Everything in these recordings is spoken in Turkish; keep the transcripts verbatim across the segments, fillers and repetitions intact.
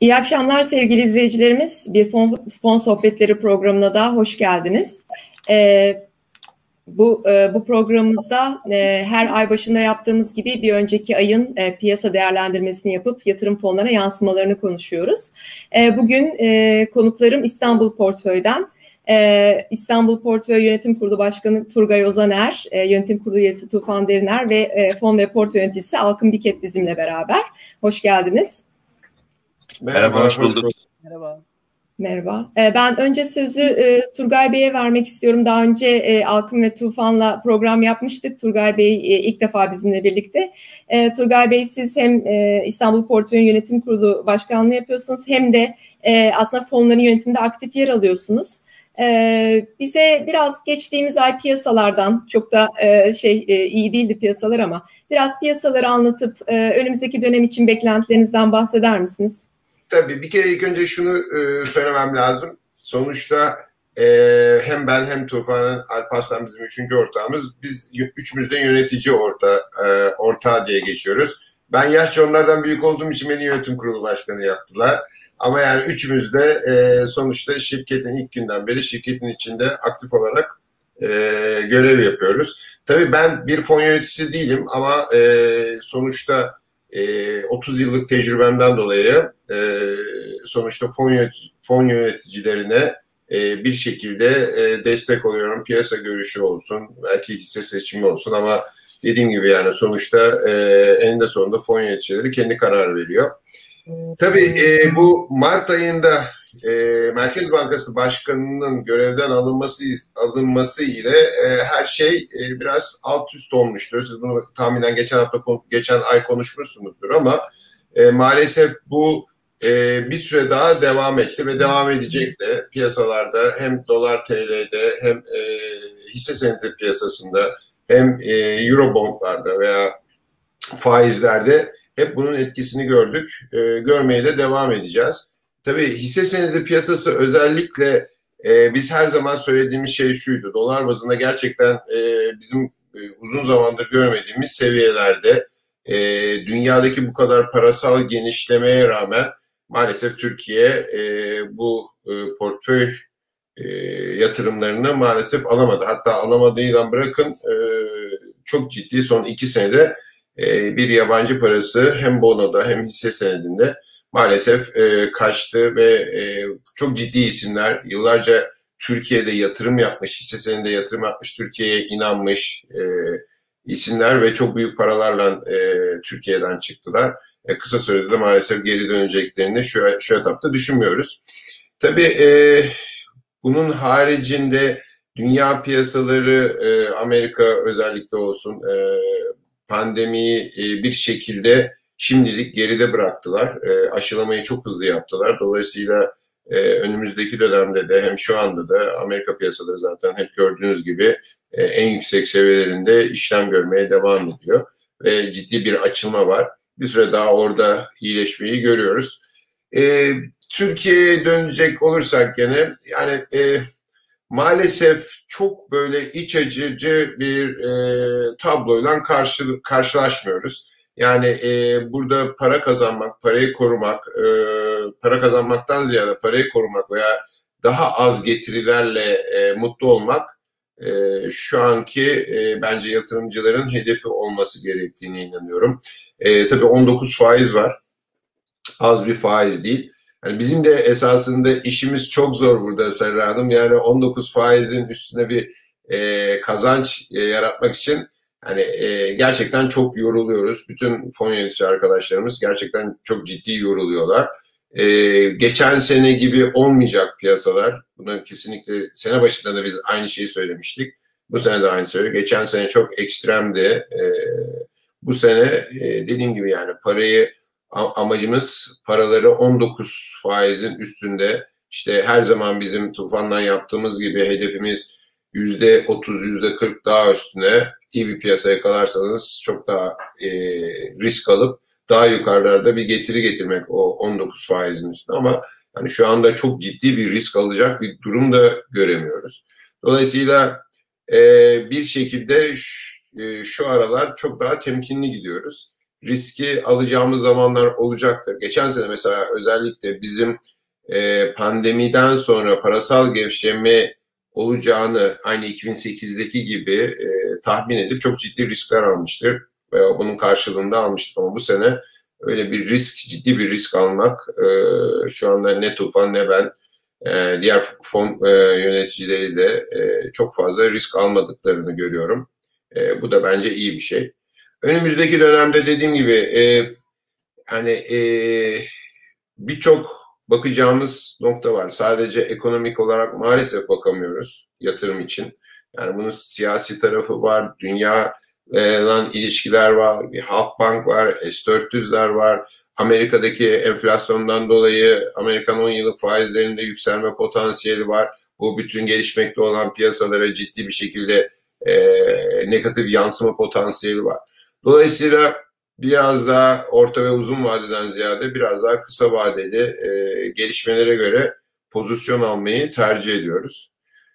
İyi akşamlar sevgili izleyicilerimiz. Bir fon, fon sohbetleri programına da hoş geldiniz. Ee, bu e, bu programımızda e, her ay başında yaptığımız gibi bir önceki ayın e, piyasa değerlendirmesini yapıp yatırım fonlarına yansımalarını konuşuyoruz. E, bugün e, konuklarım İstanbul Portföy'den e, İstanbul Portföy Yönetim Kurulu Başkanı Turgay Ozaner, e, Yönetim Kurulu üyesi Tufan Deriner ve e, fon ve portföy yöneticisi Alkın Biket bizimle beraber. Hoş geldiniz. Merhaba, hoş bulduk. Merhaba. Merhaba. Ben önce sözü e, Turgay Bey'e vermek istiyorum. Daha önce e, Alkın ve Tufan'la program yapmıştık. Turgay Bey e, ilk defa bizimle birlikte. E, Turgay Bey, siz hem e, İstanbul Portföy Yönetim Kurulu Başkanlığı yapıyorsunuz hem de e, aslında fonların yönetiminde aktif yer alıyorsunuz. E, bize biraz geçtiğimiz ay piyasalardan, çok da e, şey e, iyi değildi piyasalar ama biraz piyasaları anlatıp e, önümüzdeki dönem için beklentilerinizden bahseder misiniz? Tabii bir kere ilk önce şunu e, söylemem lazım. Sonuçta e, hem ben hem Tufan Alparslan bizim üçüncü ortağımız. Biz üçümüz de yönetici orta, e, ortağı diye geçiyoruz. Ben yaşça onlardan büyük olduğum için beni yönetim kurulu başkanı yaptılar. Ama yani üçümüz de e, sonuçta şirketin ilk günden beri şirketin içinde aktif olarak e, görev yapıyoruz. Tabii ben bir fon yöneticisi değilim ama e, sonuçta otuz yıllık tecrübemden dolayı sonuçta fon, yönetici, fon yöneticilerine bir şekilde destek oluyorum. Piyasa görüşü olsun, belki hisse seçimi olsun ama dediğim gibi yani sonuçta eninde sonunda fon yöneticileri kendi karar veriyor. Tabii bu Mart ayında Merkez Bankası Başkanı'nın görevden alınması alınması ile her şey biraz alt üst olmuştur. Siz bunu tahminen geçen hafta geçen ay konuşmuşsunuzdur ama maalesef bu bir süre daha devam etti ve devam edecek de piyasalarda hem dolar T L'de hem hisse senedi piyasasında hem Eurobondlarda veya faizlerde hep bunun etkisini gördük. Görmeye de devam edeceğiz. Tabii hisse senedi piyasası özellikle e, biz her zaman söylediğimiz şey şuydu. Dolar bazında gerçekten e, bizim e, uzun zamandır görmediğimiz seviyelerde e, dünyadaki bu kadar parasal genişlemeye rağmen maalesef Türkiye e, bu e, portföy e, yatırımlarını maalesef alamadı. Hatta alamadığıyla bırakın e, çok ciddi son iki senede e, bir yabancı parası hem bonoda hem hisse senedinde maalesef e, kaçtı ve e, çok ciddi isimler yıllarca Türkiye'de yatırım yapmış, hisse senedinde yatırım yapmış, Türkiye'ye inanmış e, isimler ve çok büyük paralarla e, Türkiye'den çıktılar. E, kısa sürede de maalesef geri döneceklerini şu, şu etapta düşünmüyoruz. Tabii e, bunun haricinde dünya piyasaları, e, Amerika özellikle olsun e, pandemiyi e, bir şekilde şimdilik geride bıraktılar. E, aşılamayı çok hızlı yaptılar. Dolayısıyla e, önümüzdeki dönemde de hem şu anda da Amerika piyasaları zaten hep gördüğünüz gibi e, en yüksek seviyelerinde işlem görmeye devam ediyor. Ve ciddi bir açılma var. Bir süre daha orada iyileşmeyi görüyoruz. E, Türkiye'ye dönecek olursak gene yani e, maalesef çok böyle iç acıcı bir e, tabloyla karşı, karşılaşmıyoruz. Yani e, burada para kazanmak, parayı korumak, e, para kazanmaktan ziyade parayı korumak veya daha az getirilerle e, mutlu olmak e, şu anki e, bence yatırımcıların hedefi olması gerektiğine inanıyorum. E, tabii on dokuz faiz var, az bir faiz değil. Yani bizim de esasında işimiz çok zor burada Serra Hanım. Yani on dokuz faizin üstüne bir e, kazanç e, yaratmak için hani e, gerçekten çok yoruluyoruz. Bütün fon yönetici arkadaşlarımız gerçekten çok ciddi yoruluyorlar. E, geçen sene gibi olmayacak piyasalar. Buna kesinlikle sene başında da biz aynı şeyi söylemiştik. Bu sene de aynı söylüyor. Geçen sene çok ekstremdi. E, bu sene e, dediğim gibi yani parayı amacımız paraları on dokuz faizin üstünde. İşte her zaman bizim Tufan'dan yaptığımız gibi hedefimiz yüzde otuz, yüzde kırk daha üstüne iyi bir piyasa yakalarsanız çok daha e, risk alıp daha yukarılarda bir getiri getirmek o on dokuz faizin üstüne ama yani şu anda çok ciddi bir risk alacak bir durum da göremiyoruz. Dolayısıyla e, bir şekilde şu, e, şu aralar çok daha temkinli gidiyoruz. riski alacağımız zamanlar olacaktır. Geçen sene mesela özellikle bizim e, pandemiden sonra parasal gevşeme olacağını aynı iki bin sekizdeki gibi e, tahmin edip çok ciddi riskler almıştır. Ve bunun karşılığında almıştık ama bu sene öyle bir risk, ciddi bir risk almak e, şu anda ne Tufan ne ben e, diğer fon e, yöneticileri de e, çok fazla risk almadıklarını görüyorum. E, bu da bence iyi bir şey. Önümüzdeki dönemde dediğim gibi e, hani e, birçok bakacağımız nokta var. Sadece ekonomik olarak maalesef bakamıyoruz yatırım için. Yani bunun siyasi tarafı var, dünya olan ilişkiler var, bir Halkbank var, S dört yüzler var. Amerika'daki enflasyondan dolayı Amerikan on yıllık faizlerinde yükselme potansiyeli var. Bu bütün gelişmekte olan piyasalara ciddi bir şekilde e, negatif yansıma potansiyeli var. Dolayısıyla biraz daha orta ve uzun vadeden ziyade biraz daha kısa vadeli e, gelişmelere göre pozisyon almayı tercih ediyoruz.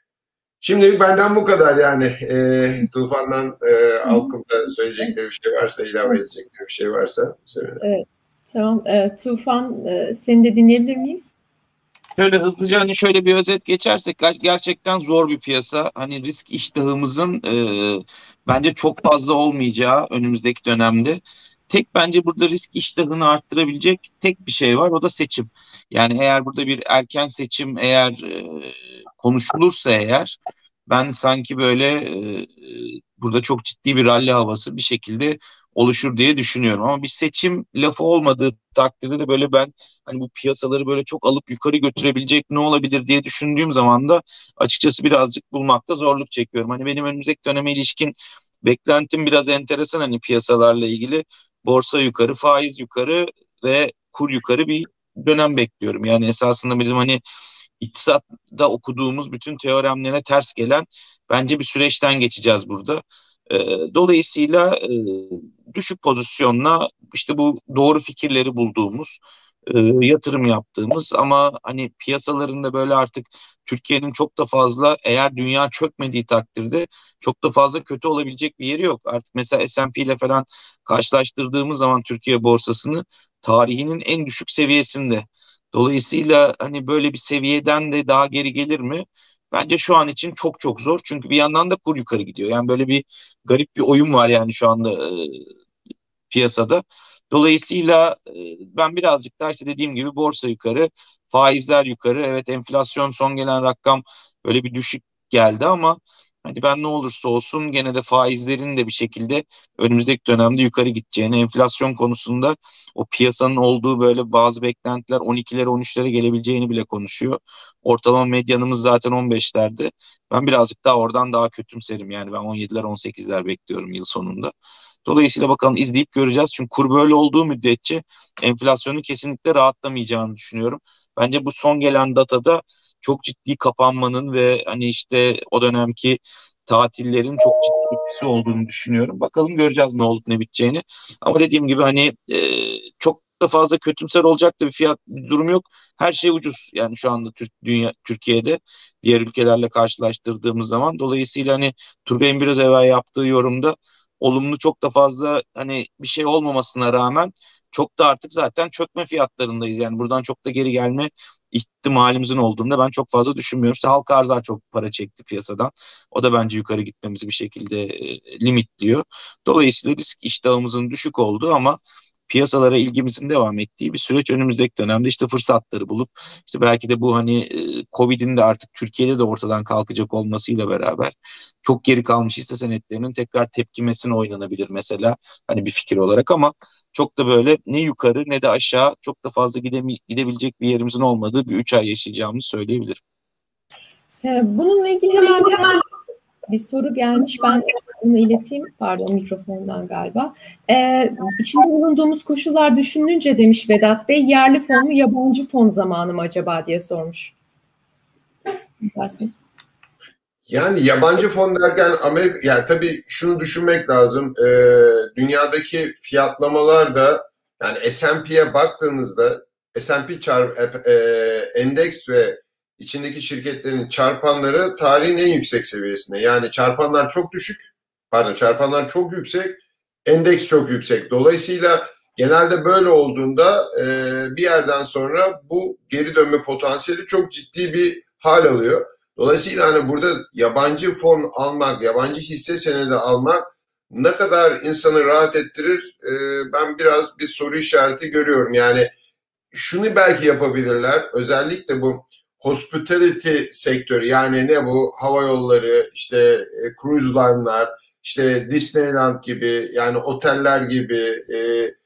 Şimdilik benden bu kadar yani. E, Tufan'dan e, Alkım'da söyleyecekleri bir şey varsa, ilave edecekleri bir şey varsa söyle. Evet, tamam. E, Tufan, e, seni de dinleyebilir miyiz? Şöyle hızlıca hani şöyle bir özet geçersek gerçekten zor bir piyasa. Hani risk iştahımızın e, bence çok fazla olmayacağı önümüzdeki dönemde. Tek bence burada risk iştahını arttırabilecek tek bir şey var, o da seçim. Yani eğer burada bir erken seçim eğer e, konuşulursa eğer ben sanki böyle e, burada çok ciddi bir rally havası bir şekilde oluşur diye düşünüyorum. Ama bir seçim lafı olmadığı takdirde de böyle ben hani bu piyasaları böyle çok alıp yukarı götürebilecek ne olabilir diye düşündüğüm zaman da açıkçası birazcık bulmakta zorluk çekiyorum. Hani benim önümüzdeki döneme ilişkin beklentim biraz enteresan, hani piyasalarla ilgili borsa yukarı, faiz yukarı ve kur yukarı bir dönem bekliyorum. Yani esasında bizim hani iktisatta okuduğumuz bütün teoremlere ters gelen bence bir süreçten geçeceğiz burada. E, dolayısıyla e, düşük pozisyonla işte bu doğru fikirleri bulduğumuz, e, yatırım yaptığımız ama hani piyasalarında böyle artık Türkiye'nin çok da fazla, eğer dünya çökmediği takdirde çok da fazla kötü olabilecek bir yeri yok. Artık mesela S and P ile falan karşılaştırdığımız zaman Türkiye borsasını tarihinin en düşük seviyesinde. Dolayısıyla hani böyle bir seviyeden de daha geri gelir mi? Bence şu an için çok çok zor. Çünkü bir yandan da kur yukarı gidiyor. Yani böyle bir garip bir oyun var yani şu anda e, piyasada. Dolayısıyla e, ben birazcık daha işte dediğim gibi borsa yukarı, faizler yukarı. Evet, enflasyon son gelen rakam böyle bir düşük geldi ama hani ben ne olursa olsun gene de faizlerin de bir şekilde önümüzdeki dönemde yukarı gideceğini, enflasyon konusunda o piyasanın olduğu böyle bazı beklentiler on ikilere on üçlere gelebileceğini bile konuşuyor. Ortalama medyanımız zaten on beşlerde. Ben birazcık daha oradan daha kötümserim, yani ben on yediler on sekizler bekliyorum yıl sonunda. Dolayısıyla bakalım, izleyip göreceğiz. Çünkü kur böyle olduğu müddetçe enflasyonun kesinlikle rahatlamayacağını düşünüyorum. Bence bu son gelen datada çok ciddi kapanmanın ve hani işte o dönemki tatillerin çok ciddi etkisi olduğunu düşünüyorum. Bakalım göreceğiz ne olup ne biteceğini. Ama dediğim gibi hani e, çok da fazla kötümser olacak da bir fiyat bir durum yok. Her şey ucuz yani şu anda Türk, dünya, Türkiye'de diğer ülkelerle karşılaştırdığımız zaman. Dolayısıyla hani Turgay'ın biraz evvel yaptığı yorumda olumlu çok da fazla hani bir şey olmamasına rağmen çok da artık zaten çökme fiyatlarındayız. Yani buradan çok da geri gelme ihtimalimizin olduğunda ben çok fazla düşünmüyorum. İşte halka arzlar çok para çekti piyasadan. O da bence yukarı gitmemizi bir şekilde e, limitliyor. Dolayısıyla risk iştahımızın düşük olduğu ama piyasalara ilgimizin devam ettiği bir süreç önümüzdeki dönemde işte fırsatları bulup işte belki de bu hani e, Covid'in de artık Türkiye'de de ortadan kalkacak olmasıyla beraber çok geri kalmış hisse senetlerinin tekrar tepkimesine oynanabilir mesela, hani bir fikir olarak. Ama çok da böyle ne yukarı ne de aşağı çok da fazla gidemi- gidebilecek bir yerimizin olmadığı bir üç ay yaşayacağımızı söyleyebilirim. Bununla ilgili hemen hemen bir soru gelmiş. Ben onu ileteyim. Pardon, mikrofondan galiba. Ee, içinde bulunduğumuz koşullar düşününce demiş Vedat Bey, yerli fon mu yabancı fon zamanı mı acaba diye sormuş. Dersiniz. Yani yabancı fon derken Amerika, yani tabii şunu düşünmek lazım. E, dünyadaki fiyatlamalar da, yani S and P'ye baktığınızda S and P çarp, e, endeks ve içindeki şirketlerin çarpanları tarihin en yüksek seviyesinde. Yani çarpanlar çok düşük, pardon çarpanlar çok yüksek, endeks çok yüksek. Dolayısıyla genelde böyle olduğunda e, bir yerden sonra bu geri dönme potansiyeli çok ciddi bir hal alıyor. Dolayısıyla hani burada yabancı fon almak, yabancı hisse senedi almak ne kadar insanı rahat ettirir, e, ben biraz bir soru işareti görüyorum. Yani şunu belki yapabilirler, özellikle bu hospitality sektörü, yani ne bu, hava yolları, işte e, cruise line'lar, işte Disneyland gibi, yani oteller gibi, e,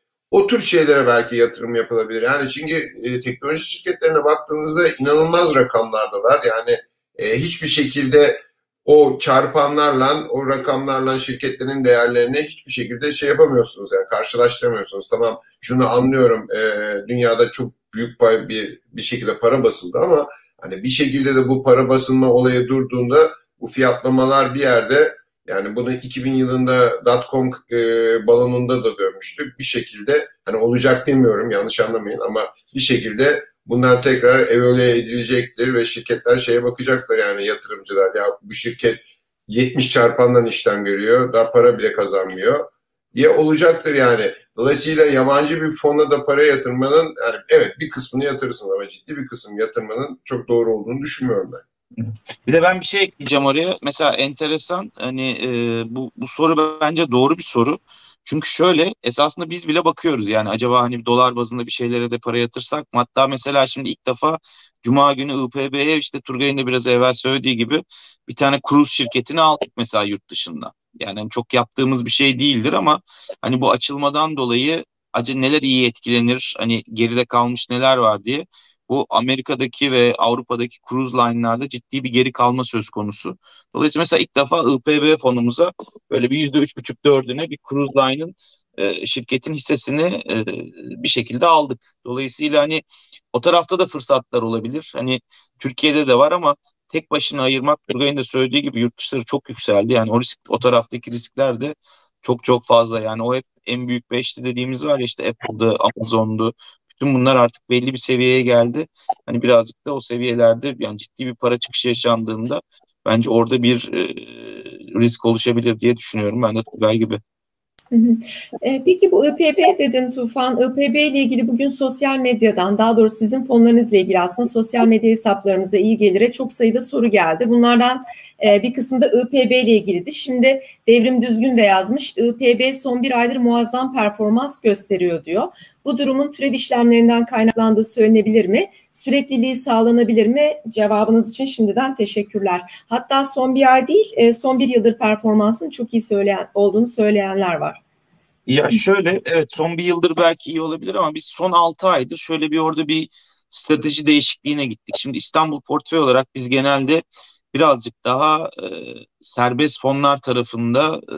o tür şeylere belki yatırım yapılabilir. Yani çünkü e, teknoloji şirketlerine baktığınızda inanılmaz rakamlardalar. Yani e, hiçbir şekilde o çarpanlarla, o rakamlarla şirketlerin değerlerini hiçbir şekilde şey yapamıyorsunuz, yani karşılaştıramıyorsunuz. Tamam, şunu anlıyorum, e, dünyada çok büyük pay bir, bir şekilde para basıldı ama hani bir şekilde de bu para basılma olayı durduğunda bu fiyatlamalar bir yerde, yani bunu iki bin yılında dot-com e, balonunda da dönmüştük. Bir şekilde, hani olacak demiyorum, yanlış anlamayın, ama bir şekilde bunlar tekrar evaluate edilecektir ve şirketler şeye bakacaklar, yani yatırımcılar, ya bu şirket yetmiş çarpandan işlem görüyor, daha para bile kazanmıyor diye olacaktır yani. Dolayısıyla yabancı bir fona da para yatırmanın, yani evet, bir kısmını yatırırsın ama ciddi bir kısım yatırmanın çok doğru olduğunu düşünmüyorum ben. Bir de ben bir şey ekleyeceğim oraya. Mesela enteresan, hani e, bu bu soru bence doğru bir soru. Çünkü şöyle, esasında biz bile bakıyoruz yani, acaba hani dolar bazında bir şeylere de para yatırsak mı? Hatta mesela şimdi ilk defa Cuma günü I P B'ye, işte Turgay'ın da biraz evvel söylediği gibi, bir tane kruz şirketini aldık mesela yurt dışında. Yani hani çok yaptığımız bir şey değildir ama hani bu açılmadan dolayı acı neler iyi etkilenir, hani geride kalmış neler var diye, bu Amerika'daki ve Avrupa'daki cruise line'larda ciddi bir geri kalma söz konusu. Dolayısıyla mesela ilk defa I P B fonumuza böyle bir yüzde üç buçuk dördüne bir cruise line'ın e, şirketin hissesini e, bir şekilde aldık. Dolayısıyla hani o tarafta da fırsatlar olabilir. Hani Türkiye'de de var ama tek başına ayırmak, Turgay'ın da söylediği gibi, yurt dışları çok yükseldi. Yani o risk, o taraftaki riskler de çok çok fazla. Yani o hep en büyük beşli dediğimiz var ya, işte Apple'dı, Amazon'du. Bütün bunlar artık belli bir seviyeye geldi. Hani birazcık da o seviyelerde, yani ciddi bir para çıkışı yaşandığında bence orada bir e, risk oluşabilir diye düşünüyorum. Ben de Tugay gibi. Hı hı. E, peki bu I P B dedin Tufan. I P B ile ilgili bugün sosyal medyadan, daha doğrusu sizin fonlarınızla ilgili aslında sosyal medya hesaplarınıza, iyi gelire çok sayıda soru geldi. Bunlardan e, bir kısmı da I P B ile ilgiliydi. Şimdi Devrim Düzgün de yazmış. I P B son bir aydır muazzam performans gösteriyor diyor. Bu durumun türev işlemlerinden kaynaklandığı söylenebilir mi? Sürekliliği sağlanabilir mi? Cevabınız için şimdiden teşekkürler. Hatta son bir ay değil, son bir yıldır performansın çok iyi söyleyen, olduğunu söyleyenler var. Ya şöyle, evet, son bir yıldır belki iyi olabilir ama biz son altı aydır şöyle bir orada bir strateji değişikliğine gittik. Şimdi İstanbul Portföy olarak biz genelde birazcık daha e, serbest fonlar tarafında e,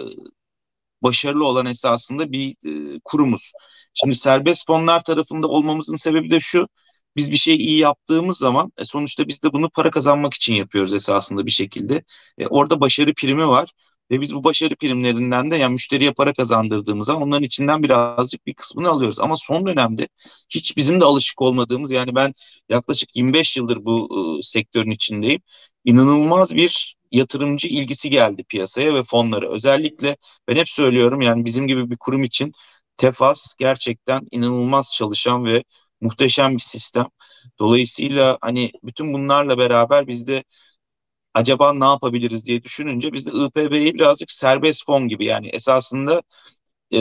başarılı olan esasında bir e, kurumuz. Şimdi serbest fonlar tarafında olmamızın sebebi de şu: biz bir şey iyi yaptığımız zaman e, sonuçta biz de bunu para kazanmak için yapıyoruz esasında bir şekilde. E, orada başarı primi var ve biz bu başarı primlerinden de, yani müşteriye para kazandırdığımız zaman, onların içinden birazcık bir kısmını alıyoruz. Ama son dönemde hiç bizim de alışık olmadığımız, yani ben yaklaşık yirmi beş yıldır bu e, sektörün içindeyim, İnanılmaz bir yatırımcı ilgisi geldi piyasaya ve fonlara. Özellikle ben hep söylüyorum, yani bizim gibi bir kurum için Tefas gerçekten inanılmaz çalışan ve muhteşem bir sistem. Dolayısıyla hani bütün bunlarla beraber biz de acaba ne yapabiliriz diye düşününce, biz de I P B'yi birazcık serbest fon gibi, yani esasında e,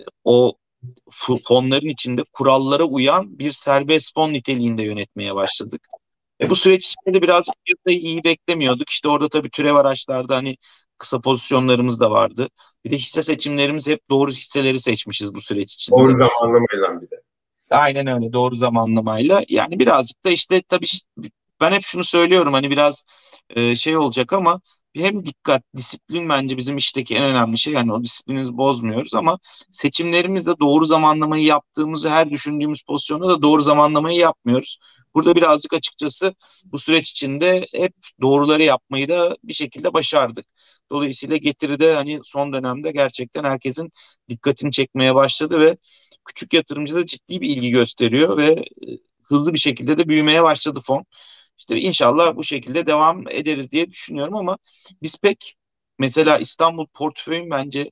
o fonların içinde kurallara uyan bir serbest fon niteliğinde yönetmeye başladık. E bu süreç içinde de birazcık piyasayı iyi beklemiyorduk. İşte orada tabii türev araçlarda hani kısa pozisyonlarımız da vardı. Bir de hisse seçimlerimiz, hep doğru hisseleri seçmişiz bu süreç içinde. Doğru zamanlamayla bir de. Aynen öyle, doğru zamanlamayla. Yani birazcık da işte tabii ben hep şunu söylüyorum, hani biraz e, şey olacak ama hem dikkat, disiplin bence bizim işteki en önemli şey. Yani o disiplinimizi bozmuyoruz ama seçimlerimizde doğru zamanlamayı yaptığımızı, her düşündüğümüz pozisyonda da doğru zamanlamayı yapmıyoruz. Burada birazcık açıkçası bu süreç içinde hep doğruları yapmayı da bir şekilde başardık. Dolayısıyla getiride hani son dönemde gerçekten herkesin dikkatini çekmeye başladı ve küçük yatırımcı da ciddi bir ilgi gösteriyor ve e, hızlı bir şekilde de büyümeye başladı fon. İşte inşallah bu şekilde devam ederiz diye düşünüyorum ama biz pek, mesela İstanbul Portföy'ün bence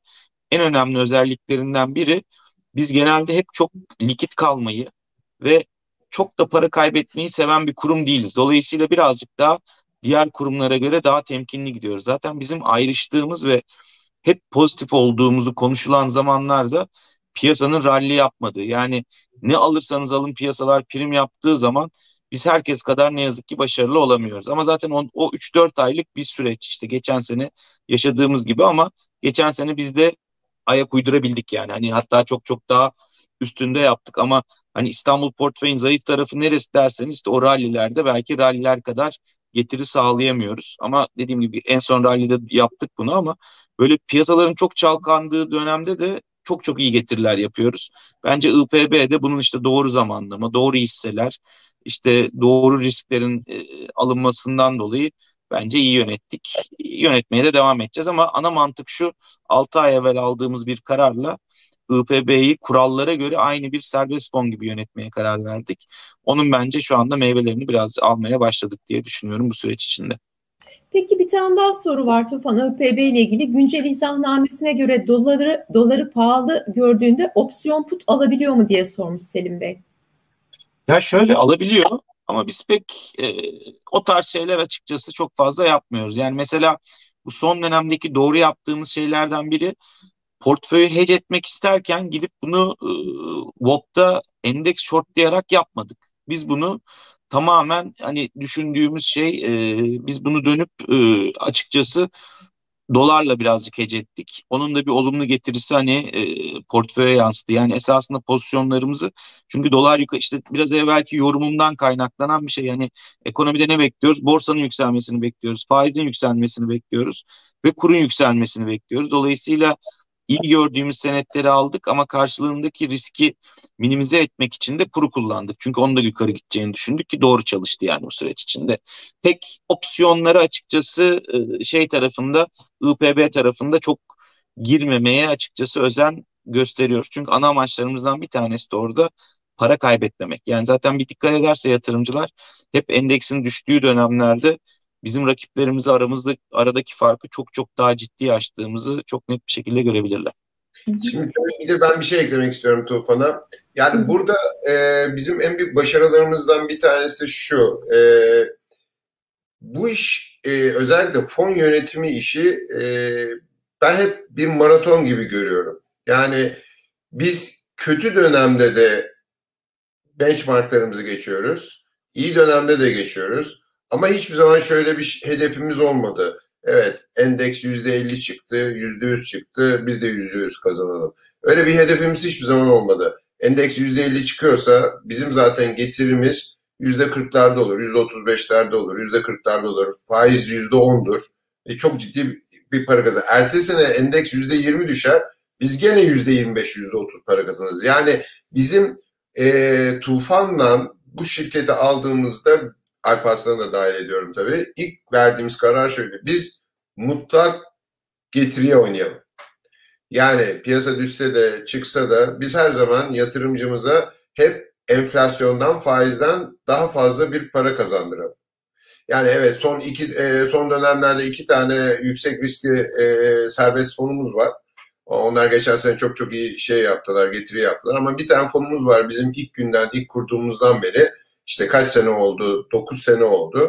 en önemli özelliklerinden biri, biz genelde hep çok likit kalmayı ve çok da para kaybetmeyi seven bir kurum değiliz. Dolayısıyla birazcık daha diğer kurumlara göre daha temkinli gidiyoruz. Zaten bizim ayrıştığımız ve hep pozitif olduğumuzu konuşulan zamanlarda piyasanın rally yapmadığı, yani ne alırsanız alın piyasalar prim yaptığı zaman biz herkes kadar ne yazık ki başarılı olamıyoruz. Ama zaten o, o üç dört aylık bir süreç, işte geçen sene yaşadığımız gibi, ama geçen sene biz de ayak uydurabildik yani. Hani hatta çok çok daha üstünde yaptık, ama hani İstanbul portföyün zayıf tarafı neresi derseniz, işte o rallilerde belki ralliler kadar getiri sağlayamıyoruz. Ama dediğim gibi en son rallide yaptık bunu, ama böyle piyasaların çok çalkandığı dönemde de çok çok iyi getiriler yapıyoruz. Bence I P B'de bunun işte doğru zamanlama, doğru hisseler, işte doğru risklerin e, alınmasından dolayı bence iyi yönettik. Yönetmeye de devam edeceğiz, ama ana mantık şu: altı ay evvel aldığımız bir kararla I P B'yi kurallara göre aynı bir serbest fon gibi yönetmeye karar verdik. Onun bence şu anda meyvelerini biraz almaya başladık diye düşünüyorum bu süreç içinde. Peki bir tane daha soru var Tufan, I P B ile ilgili. Güncel izahnamesine göre doları doları pahalı gördüğünde opsiyon put alabiliyor mu diye sormuş Selim Bey. Ya şöyle, alabiliyor ama biz pek e, o tarz şeyler açıkçası çok fazla yapmıyoruz. Yani mesela bu son dönemdeki doğru yaptığımız şeylerden biri, portföyü hedge etmek isterken gidip bunu e, W O P'ta endeks shortlayarak yapmadık. Biz bunu tamamen, hani düşündüğümüz şey, e, biz bunu dönüp e, açıkçası dolarla birazcık hedge ettik. Onun da bir olumlu getirisi hani e, portföye yansıdı. Yani esasında pozisyonlarımızı, çünkü dolar yukarı, işte biraz evvelki yorumumdan kaynaklanan bir şey. Yani ekonomide ne bekliyoruz? Borsanın yükselmesini bekliyoruz. Faizin yükselmesini bekliyoruz. Ve kurun yükselmesini bekliyoruz. Dolayısıyla iyi gördüğümüz senetleri aldık, ama karşılığındaki riski minimize etmek için de kuru kullandık. Çünkü onun da yukarı gideceğini düşündük ki doğru çalıştı yani bu süreç içinde. Tek opsiyonları açıkçası e, şey tarafında, I P B tarafında çok girmemeye açıkçası özen gösteriyoruz. Çünkü ana amaçlarımızdan bir tanesi de orada para kaybetmemek. Yani zaten bir dikkat ederse yatırımcılar, hep endeksin düştüğü dönemlerde bizim rakiplerimizi, aramızda aradaki farkı çok çok daha ciddi açtığımızı çok net bir şekilde görebilirler. Şimdi bir de ben bir şey eklemek istiyorum Tufan'a. Yani burada e, bizim en büyük başarılarımızdan bir tanesi şu. E, bu iş e, özellikle fon yönetimi işi e, ben hep bir maraton gibi görüyorum. Yani biz kötü dönemde de benchmarklarımızı geçiyoruz. İyi dönemde de geçiyoruz. Ama hiçbir zaman şöyle bir hedefimiz olmadı. Evet, endeks yüzde elli çıktı, yüzde yüz çıktı, biz de yüzde yüz kazanalım. Öyle bir hedefimiz hiçbir zaman olmadı. Endeks yüzde elli çıkıyorsa bizim zaten getirimiz yüzde kırklarda olur, yüzde otuz beşlerde olur, yüzde kırklarda olur. Faiz yüzde ondur. E çok ciddi bir para kazanır. Ertesi sene endeks yüzde yirmi düşer, biz gene yüzde yirmi beş, yüzde otuz para kazanırız. Yani bizim e, Tufan'la bu şirketi aldığımızda, Alparslan'ı da dahil ediyorum tabii, ilk verdiğimiz karar şöyle: biz mutlak getiriye oynayalım. Yani piyasa düşse de çıksa da biz her zaman yatırımcımıza hep enflasyondan, faizden daha fazla bir para kazandıralım. Yani evet, son iki e, son dönemlerde iki tane yüksek riskli e, serbest fonumuz var. Onlar geçen sene çok çok iyi şey yaptılar, getiri yaptılar. Ama bir tane fonumuz var bizim ilk günden, ilk kurduğumuzdan beri, işte kaç sene oldu? dokuz sene oldu.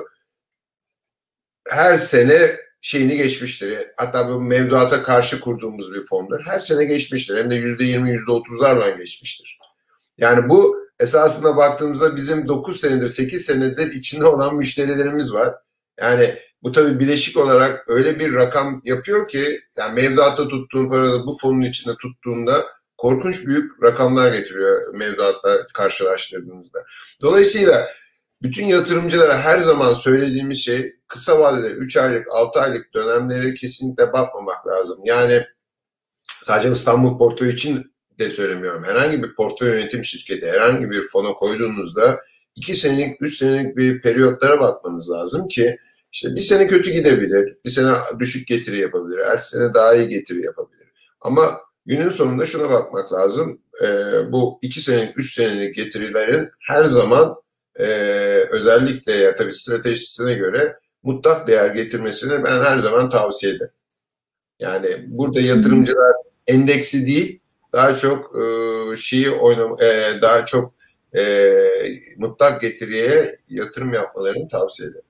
Her sene şeyini geçmiştir. Hatta bu mevduata karşı kurduğumuz bir fondur. Her sene geçmiştir. Hem de yüzde yirmi, yüzde otuzlarla geçmiştir. Yani bu esasında baktığımızda bizim dokuz senedir, sekiz senedir içinde olan müşterilerimiz var. Yani bu tabii bileşik olarak öyle bir rakam yapıyor ki, yani mevduatta tuttuğun parada bu fonun içinde tuttuğunda korkunç büyük rakamlar getiriyor mevduatla karşılaştırdığınızda. Dolayısıyla bütün yatırımcılara her zaman söylediğimiz şey, kısa vadede üç aylık, altı aylık dönemlere kesinlikle bakmamak lazım. Yani sadece İstanbul portföyü için de söylemiyorum. Herhangi bir portföy yönetim şirketi, herhangi bir fona koyduğunuzda iki senelik, üç senelik bir periyotlara bakmanız lazım ki işte bir sene kötü gidebilir, bir sene düşük getiri yapabilir, ertesi sene daha iyi getiri yapabilir. Ama günün sonunda şuna bakmak lazım: e, bu iki senelik, üç senelik getirilerin her zaman e, özellikle ya tabii stratejisine göre mutlak değer getirmesini ben her zaman tavsiye ederim. Yani burada yatırımcılar endeksi değil, daha çok e, şeyi oynam e, daha çok e, mutlak getiriye yatırım yapmalarını tavsiye ederim.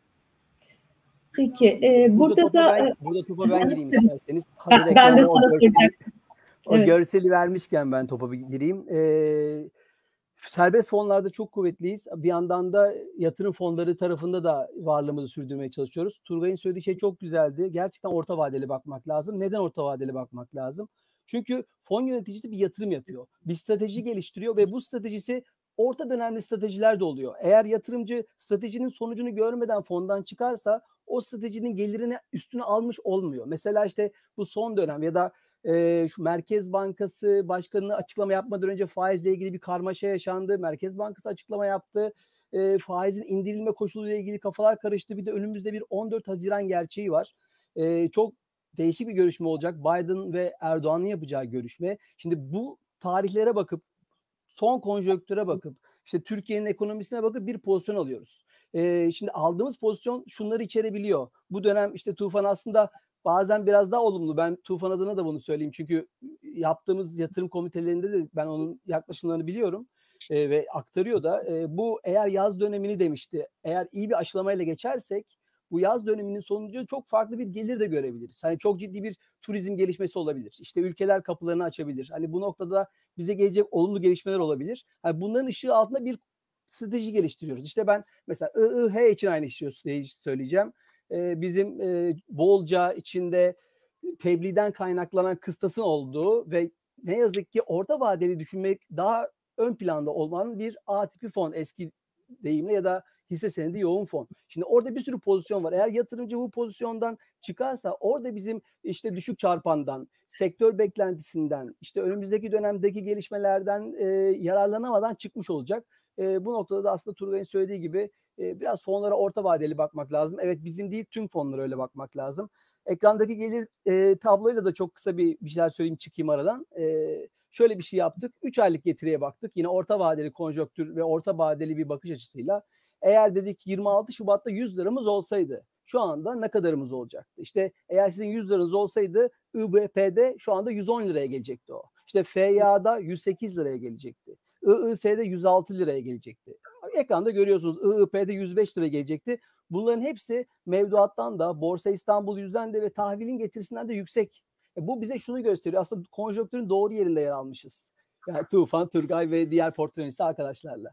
Peki e, burada, burada da ben, burada topa ben gireyim isterseniz. Ben, ben de sana soracağım. O evet. Görseli vermişken ben topa bir gireyim. Ee, serbest fonlarda çok kuvvetliyiz. Bir yandan da yatırım fonları tarafında da varlığımızı sürdürmeye çalışıyoruz. Turgay'ın söylediği şey çok güzeldi. Gerçekten orta vadeli bakmak lazım. Neden orta vadeli bakmak lazım? Çünkü fon yöneticisi bir yatırım yapıyor. Bir strateji geliştiriyor ve bu stratejisi orta dönemli stratejiler de oluyor. Eğer yatırımcı stratejinin sonucunu görmeden fondan çıkarsa o stratejinin gelirini üstüne almış olmuyor. Mesela işte bu son dönem ya da e, şu Merkez Bankası Başkanı'nın açıklama yapmadan önce faizle ilgili bir karmaşa yaşandı. Merkez Bankası açıklama yaptı. E, faizin indirilme koşuluyla ilgili kafalar karıştı. Bir de önümüzde bir on dört Haziran gerçeği var. E, çok değişik bir görüşme olacak. Biden ve Erdoğan'ın yapacağı görüşme. Şimdi bu tarihlere bakıp son konjonktüre bakıp işte Türkiye'nin ekonomisine bakıp bir pozisyon alıyoruz. Ee, şimdi aldığımız pozisyon şunları içerebiliyor. Bu dönem işte Tufan aslında bazen biraz daha olumlu. Ben Tufan adına da bunu söyleyeyim. Çünkü yaptığımız yatırım komitelerinde de ben onun yaklaşımlarını biliyorum ee, ve aktarıyor da. Ee, bu eğer yaz dönemini demişti. Eğer iyi bir aşılamayla geçersek bu yaz döneminin sonucu çok farklı bir gelir de görebiliriz. Hani çok ciddi bir turizm gelişmesi olabilir. İşte ülkeler kapılarını açabilir. Hani bu noktada bize gelecek olumlu gelişmeler olabilir. Hani bunların ışığı altında bir strateji geliştiriyoruz. İşte ben mesela I I H için aynı şeyi söyleyeceğim. Ee, bizim e, bolca içinde tebliğden kaynaklanan kıstasın olduğu ve ne yazık ki orta vadeli düşünmek daha ön planda olmanın bir A tipi fon eski deyimle ya da hisse senedi yoğun fon. Şimdi orada bir sürü pozisyon var. Eğer yatırımcı bu pozisyondan çıkarsa orada bizim işte düşük çarpandan, sektör beklentisinden, işte önümüzdeki dönemdeki gelişmelerden e, yararlanamadan çıkmış olacak. E, bu noktada da aslında Turgay'ın söylediği gibi e, biraz fonlara orta vadeli bakmak lazım. Evet bizim değil tüm fonlara öyle bakmak lazım. Ekrandaki gelir e, tabloyla da çok kısa bir, bir şeyler söyleyeyim çıkayım aradan. E, şöyle bir şey yaptık. üç aylık getiriye baktık. Yine orta vadeli konjonktür ve orta vadeli bir bakış açısıyla. Eğer dedik yirmi altı Şubat'ta yüz liramız olsaydı şu anda ne kadarımız olacaktı? İşte eğer sizin yüz liranız olsaydı I B P'de şu anda yüz on liraya gelecekti o. İşte F Y'da yüz sekiz liraya gelecekti. I I S'de yüz altı liraya gelecekti. Ekranda görüyorsunuz I I P'de yüz beş liraya gelecekti. Bunların hepsi mevduattan da, Borsa İstanbul yüzden de ve tahvilin getirisinden de yüksek. E bu bize şunu gösteriyor. Aslında konjonktürün doğru yerinde yer almışız. Yani Tufan, Turgay ve diğer portföyünüzü arkadaşlarla.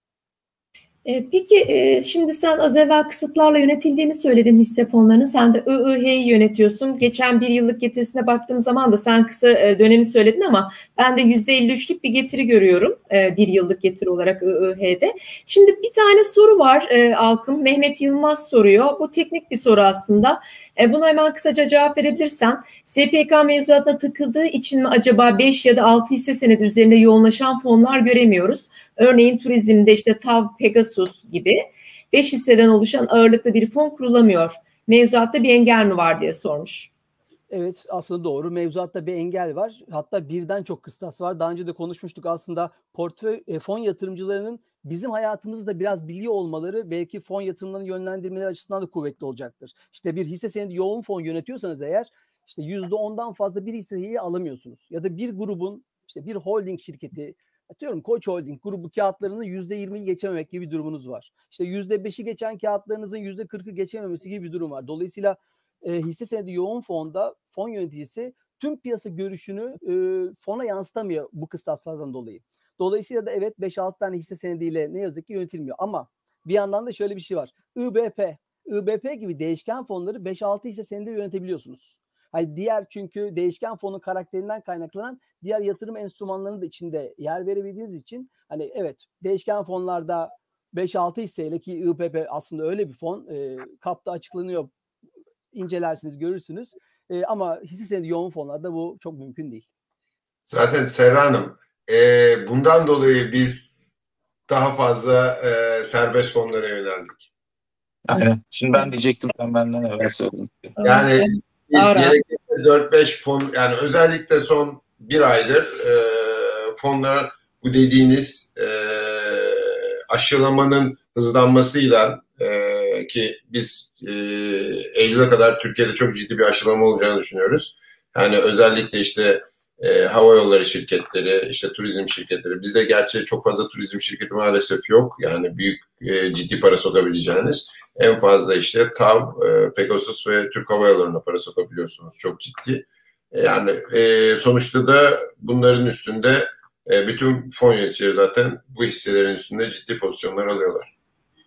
Peki şimdi sen az evvel kısıtlarla yönetildiğini söyledin hisse fonlarının. Sen de I I H'yi yönetiyorsun. Geçen bir yıllık getirisine baktığım zaman da sen kısa dönemi söyledin ama ben de yüzde elli üçlük bir getiri görüyorum. Bir yıllık getiri olarak I I H'de. Şimdi bir tane soru var Alkım. Mehmet Yılmaz soruyor. Bu teknik bir soru aslında. Buna hemen kısaca cevap verebilirsen. S P K mevzuatına takıldığı için mi acaba beş ya da altı hisse senedi üzerinde yoğunlaşan fonlar göremiyoruz? Örneğin turizmde işte T A V, Pegasus gibi beş hisseden oluşan ağırlıklı bir fon kurulamıyor. Mevzuatta bir engel mi var diye sormuş. Evet aslında doğru. Mevzuatta bir engel var. Hatta birden çok kıstas var. Daha önce de konuşmuştuk aslında portföy e, fon yatırımcılarının bizim hayatımızı da biraz biliyor olmaları belki fon yatırımlarını yönlendirmeleri açısından da kuvvetli olacaktır. İşte bir hisse senedi yoğun fon yönetiyorsanız eğer işte yüzde ondan fazla bir hisseyi alamıyorsunuz. Ya da bir grubun işte bir holding şirketi atıyorum Koç Holding grubu kağıtlarını yüzde yirmiyi geçememek gibi bir durumunuz var. İşte yüzde beşi geçen kağıtlarınızın yüzde kırkı geçememesi gibi bir durum var. Dolayısıyla e, hisse senedi yoğun fonda fon yöneticisi tüm piyasa görüşünü e, fona yansıtamıyor bu kıstaslardan dolayı. Dolayısıyla da evet beş altı tane hisse senediyle ne yazık ki yönetilmiyor. Ama bir yandan da şöyle bir şey var. I B P, I B P gibi değişken fonları beş altı hisse senedi yönetebiliyorsunuz. Hani diğer çünkü değişken fonun karakterinden kaynaklanan diğer yatırım enstrümanlarının da içinde yer verebildiğiniz için hani evet değişken fonlarda beş altı hisseyle ki I P P aslında öyle bir fon e, kapta açıklanıyor incelersiniz görürsünüz e, ama hisse senedi yoğun fonlarda bu çok mümkün değil. Zaten Serra Hanım e, bundan dolayı biz daha fazla e, serbest fonlara yöneldik. Aynen. Şimdi ben diyecektim ben benden evvel söyledim. Yani biz gerekirse dört beş fon yani özellikle son bir aydır e, fonlar bu dediğiniz e, aşılamanın hızlanmasıyla e, ki biz e, Eylül'e kadar Türkiye'de çok ciddi bir aşılama olacağını düşünüyoruz. Yani özellikle işte e, hava yolları şirketleri, işte turizm şirketleri. Bizde gerçi çok fazla turizm şirketi maalesef yok. Yani büyük e, ciddi para sokabileceğiniz. En fazla işte T A V, e, Pegasus ve Türk Hava Yolları'na para sokabiliyorsunuz. Çok ciddi. E, yani e, sonuçta da bunların üstünde e, bütün fon yöneticileri zaten bu hisselerin üstünde ciddi pozisyonlar alıyorlar.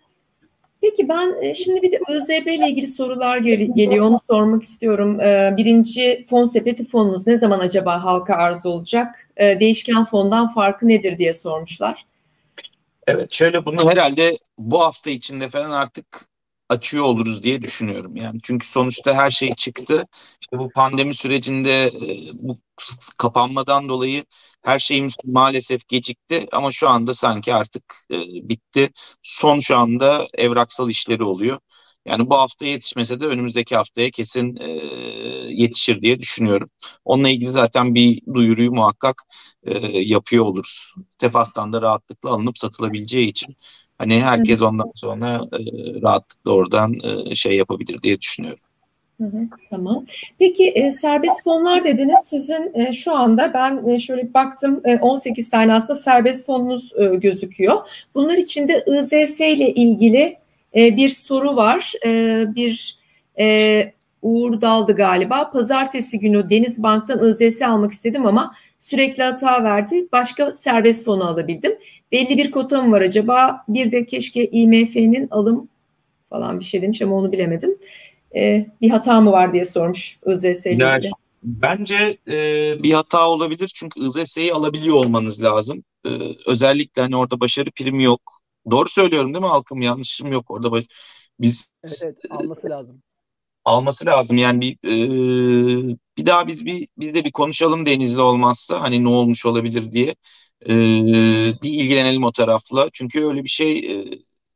Peki ben şimdi bir de I Z B ile ilgili sorular gel- geliyor. Onu sormak istiyorum. Birinci fon sepeti fonunuz ne zaman acaba halka arz olacak? Değişken fondan farkı nedir diye sormuşlar. Evet, şöyle bunu herhalde bu hafta içinde falan artık açıyor oluruz diye düşünüyorum. Yani çünkü sonuçta her şey çıktı. İşte bu pandemi sürecinde bu kapanmadan dolayı her şeyimiz maalesef gecikti ama şu anda sanki artık e, bitti. Son şu anda evraksal işleri oluyor. Yani bu hafta yetişmese de önümüzdeki haftaya kesin e, yetişir diye düşünüyorum. Onunla ilgili zaten bir duyuruyu muhakkak e, yapıyor oluruz. Tefas'tan da rahatlıkla alınıp satılabileceği için hani herkes ondan sonra e, rahatlıkla oradan e, şey yapabilir diye düşünüyorum. Hı hı, tamam. Peki e, serbest fonlar dediniz. Sizin e, şu anda ben e, şöyle bir baktım e, on sekiz tane aslında serbest fonunuz e, gözüküyor. Bunlar içinde I Z S ile ilgili e, bir soru var. E, bir e, Uğur Daldı galiba. Pazartesi günü Denizbank'tan I Z S almak istedim ama sürekli hata verdi. Başka serbest fonu alabildim. Belli bir kota mı var acaba? Bir de keşke I M F'nin alım falan bir şey demiş ama onu bilemedim. Ee, bir hata mı var diye sormuş I Z S ile ilgili. Bence e, bir hata olabilir çünkü I Z S'yi alabiliyor olmanız lazım. E, özellikle hani orada başarı primi yok. Doğru söylüyorum değil mi Halkım? Yanlışım yok orada. Baş... Biz evet, evet alması lazım. Alması lazım yani bir e, bir daha biz bir biz de bir konuşalım Denizli olmazsa hani ne olmuş olabilir diye e, bir ilgilenelim o tarafla çünkü öyle bir şey e,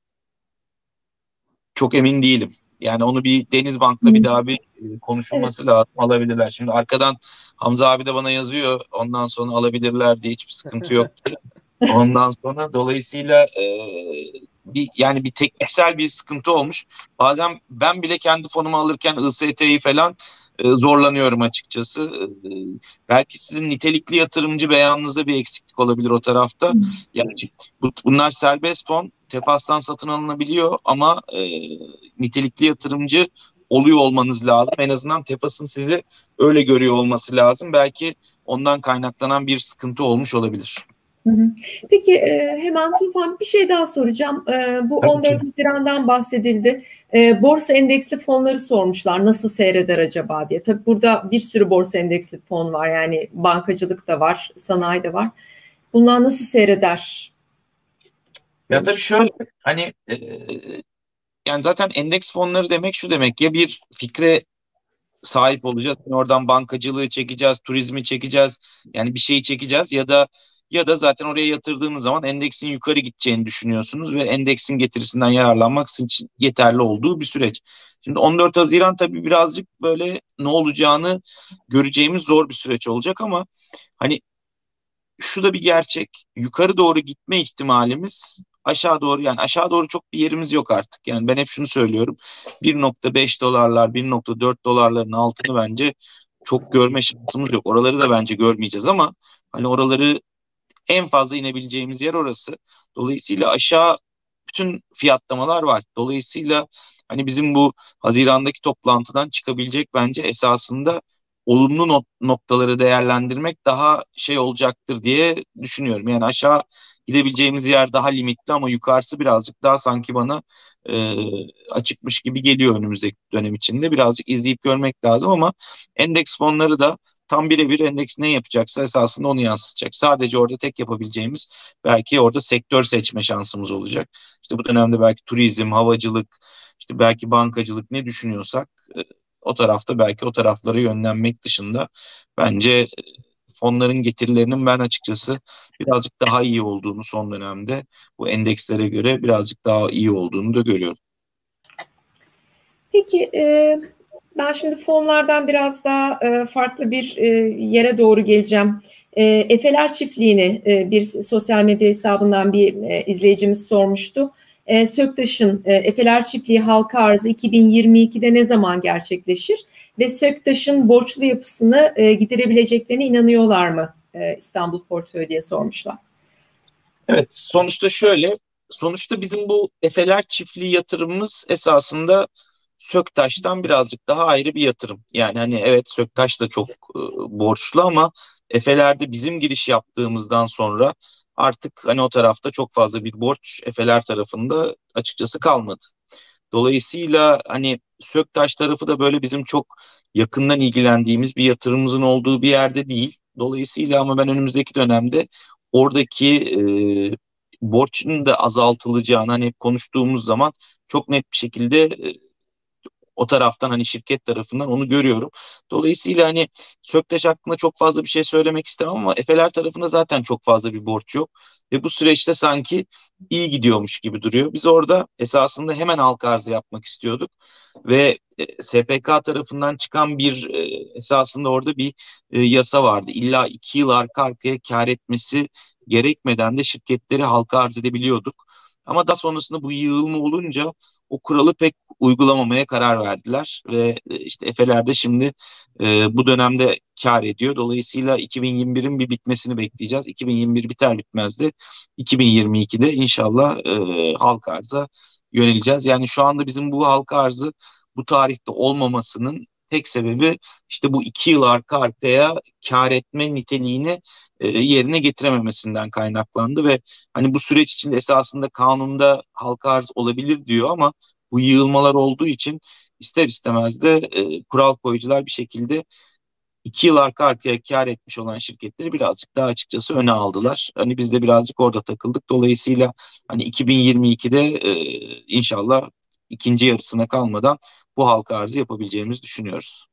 çok emin değilim. Yani onu bir Denizbank'la bir daha bir e, konuşulması Evet. lazım, alabilirler. Şimdi arkadan Hamza abi de bana yazıyor ondan sonra alabilirler diye hiçbir sıkıntı yok. Ondan sonra dolayısıyla e, bir yani bir tekniksel bir sıkıntı olmuş. Bazen ben bile kendi fonumu alırken I S T'yi falan e, zorlanıyorum açıkçası. E, belki sizin nitelikli yatırımcı beyanınızda bir eksiklik olabilir o tarafta. Yani bu, bunlar serbest fon, Tefas'tan satın alınabiliyor ama e, nitelikli yatırımcı oluyor olmanız lazım. En azından Tefas'ın sizi öyle görüyor olması lazım. Belki ondan kaynaklanan bir sıkıntı olmuş olabilir. Hı hı. Peki e, hemen Tufan bir şey daha soracağım. E, bu on dört Haziran'dan bahsedildi. E, borsa endeksli fonları sormuşlar. Nasıl seyreder acaba diye. Tabii burada bir sürü borsa endeksli fon var. Yani bankacılık da var, sanayi de var. Bunlar nasıl seyreder? Ya tabii şöyle hani e, yani zaten endeks fonları demek şu demek ya bir fikre sahip olacağız. Yani oradan bankacılığı çekeceğiz, turizmi çekeceğiz. Yani bir şeyi çekeceğiz ya da ya da zaten oraya yatırdığınız zaman endeksin yukarı gideceğini düşünüyorsunuz ve endeksin getirisinden yararlanmak sizin için yeterli olduğu bir süreç. Şimdi on dört Haziran tabii birazcık böyle ne olacağını göreceğimiz zor bir süreç olacak ama hani şu da bir gerçek. Yukarı doğru gitme ihtimalimiz aşağı doğru yani aşağı doğru çok bir yerimiz yok artık. Yani ben hep şunu söylüyorum. bir nokta beş dolarlar, bir nokta dört dolarların altını bence çok görme şansımız yok. Oraları da bence görmeyeceğiz ama hani oraları en fazla inebileceğimiz yer orası. Dolayısıyla aşağı bütün fiyatlamalar var. Dolayısıyla hani bizim bu Haziran'daki toplantıdan çıkabilecek bence esasında olumlu not, noktaları değerlendirmek daha şey olacaktır diye düşünüyorum. Yani aşağı gidebileceğimiz yer daha limitli ama yukarısı birazcık daha sanki bana e, açıkmış gibi geliyor önümüzdeki dönem içinde. Birazcık izleyip görmek lazım ama endeks fonları da tam birebir endeks ne yapacaksa esasında onu yansıtacak. Sadece orada tek yapabileceğimiz belki orada sektör seçme şansımız olacak. İşte bu dönemde belki turizm, havacılık, işte belki bankacılık ne düşünüyorsak o tarafta belki o taraflara yönlenmek dışında bence fonların getirilerinin ben açıkçası birazcık daha iyi olduğunu son dönemde bu endekslere göre birazcık daha iyi olduğunu da görüyorum. Peki e, ben şimdi fonlardan biraz daha e, farklı bir e, yere doğru geleceğim. E, Efeler Çiftliği'ni e, bir sosyal medya hesabından bir e, izleyicimiz sormuştu. E, SÖKTAŞ'ın e, Efeler Çiftliği halka arzı iki bin yirmi ikide ne zaman gerçekleşir? Ve SÖKTAŞ'ın borçlu yapısını e, giderebileceklerine inanıyorlar mı? E, İstanbul Portföy diye sormuşlar. Evet, sonuçta şöyle, sonuçta bizim bu Efeler Çiftliği yatırımımız esasında SÖKTAŞ'tan birazcık daha ayrı bir yatırım. Yani hani evet SÖKTAŞ da çok e, borçlu ama Efeler'de bizim giriş yaptığımızdan sonra artık hani o tarafta çok fazla bir borç Efeler tarafında açıkçası kalmadı. Dolayısıyla hani SÖKTAŞ tarafı da böyle bizim çok yakından ilgilendiğimiz bir yatırımımızın olduğu bir yerde değil. Dolayısıyla ama ben önümüzdeki dönemde oradaki e, borçun da azaltılacağını hani hep konuştuğumuz zaman çok net bir şekilde e, o taraftan hani şirket tarafından onu görüyorum. Dolayısıyla hani SÖKTAŞ hakkında çok fazla bir şey söylemek istemem ama Efeler tarafında zaten çok fazla bir borç yok. Ve bu süreçte sanki iyi gidiyormuş gibi duruyor. Biz orada esasında hemen halka arzı yapmak istiyorduk. Ve e, S P K tarafından çıkan bir e, esasında orada bir e, yasa vardı. İlla iki yıl arka arkaya kar etmesi gerekmeden de şirketleri halka arz edebiliyorduk. Ama daha sonrasında bu yığılma olunca o kuralı pek uygulamamaya karar verdiler ve e, işte Efeler de şimdi e, bu dönemde kar ediyor. Dolayısıyla iki bin yirmi birin bir bitmesini bekleyeceğiz. iki bin yirmi bir biter bitmez de iki bin yirmi ikide inşallah e, halka arza yöneleceğiz. Yani şu anda bizim bu halka arzı bu tarihte olmamasının tek sebebi işte bu iki yıl arka arkaya kar etme niteliğini e, yerine getirememesinden kaynaklandı ve hani bu süreç içinde esasında kanunda halka arz olabilir diyor ama bu yığılmalar olduğu için ister istemez de e, kural koyucular bir şekilde iki yıl arka arkaya kar etmiş olan şirketleri birazcık daha açıkçası öne aldılar. Hani biz de birazcık orada takıldık. Dolayısıyla hani iki bin yirmi ikide e, inşallah ikinci yarısına kalmadan bu halka arzı yapabileceğimizi düşünüyoruz.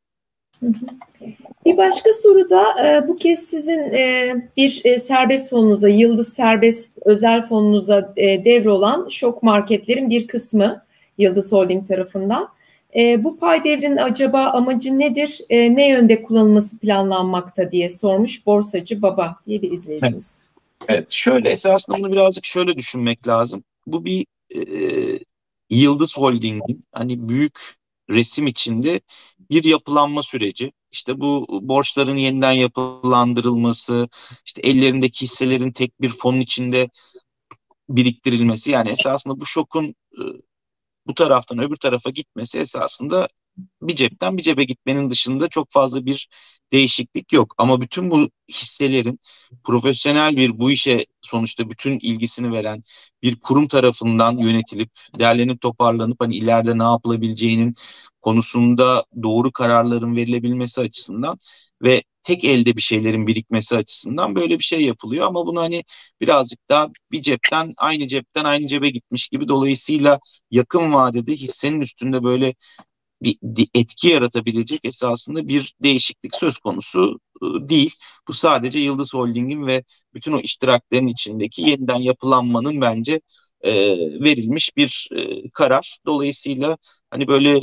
Bir başka soru da e, bu kez sizin e, bir e, serbest fonunuza, Yıldız Serbest Özel Fonunuza e, devrolan şok marketlerin bir kısmı Yıldız Holding tarafından. E, bu pay devrinin acaba amacı nedir, e, ne yönde kullanılması planlanmakta diye sormuş Borsacı Baba diye bir izleyicimiz. Evet, evet. Şöyle esasında bunu birazcık şöyle düşünmek lazım. Bu bir e, Yıldız Holding'in hani büyük resim içinde bir yapılanma süreci. İşte bu borçların yeniden yapılandırılması, işte ellerindeki hisselerin tek bir fonun içinde biriktirilmesi. Yani esasında bu şokun e, bu taraftan öbür tarafa gitmesi esasında bir cepten bir cebe gitmenin dışında çok fazla bir değişiklik yok. Ama bütün bu hisselerin profesyonel bir bu işe sonuçta bütün ilgisini veren bir kurum tarafından yönetilip derlenip toparlanıp hani ileride ne yapılabileceğinin konusunda doğru kararların verilebilmesi açısından ve tek elde bir şeylerin birikmesi açısından böyle bir şey yapılıyor ama bunu hani birazcık daha bir cepten aynı cepten aynı cebe gitmiş gibi dolayısıyla yakın vadede hissenin üstünde böyle bir etki yaratabilecek esasında bir değişiklik söz konusu değil. Bu sadece Yıldız Holding'in ve bütün o iştiraklerin içindeki yeniden yapılanmanın bence e, verilmiş bir e, karar. Dolayısıyla hani böyle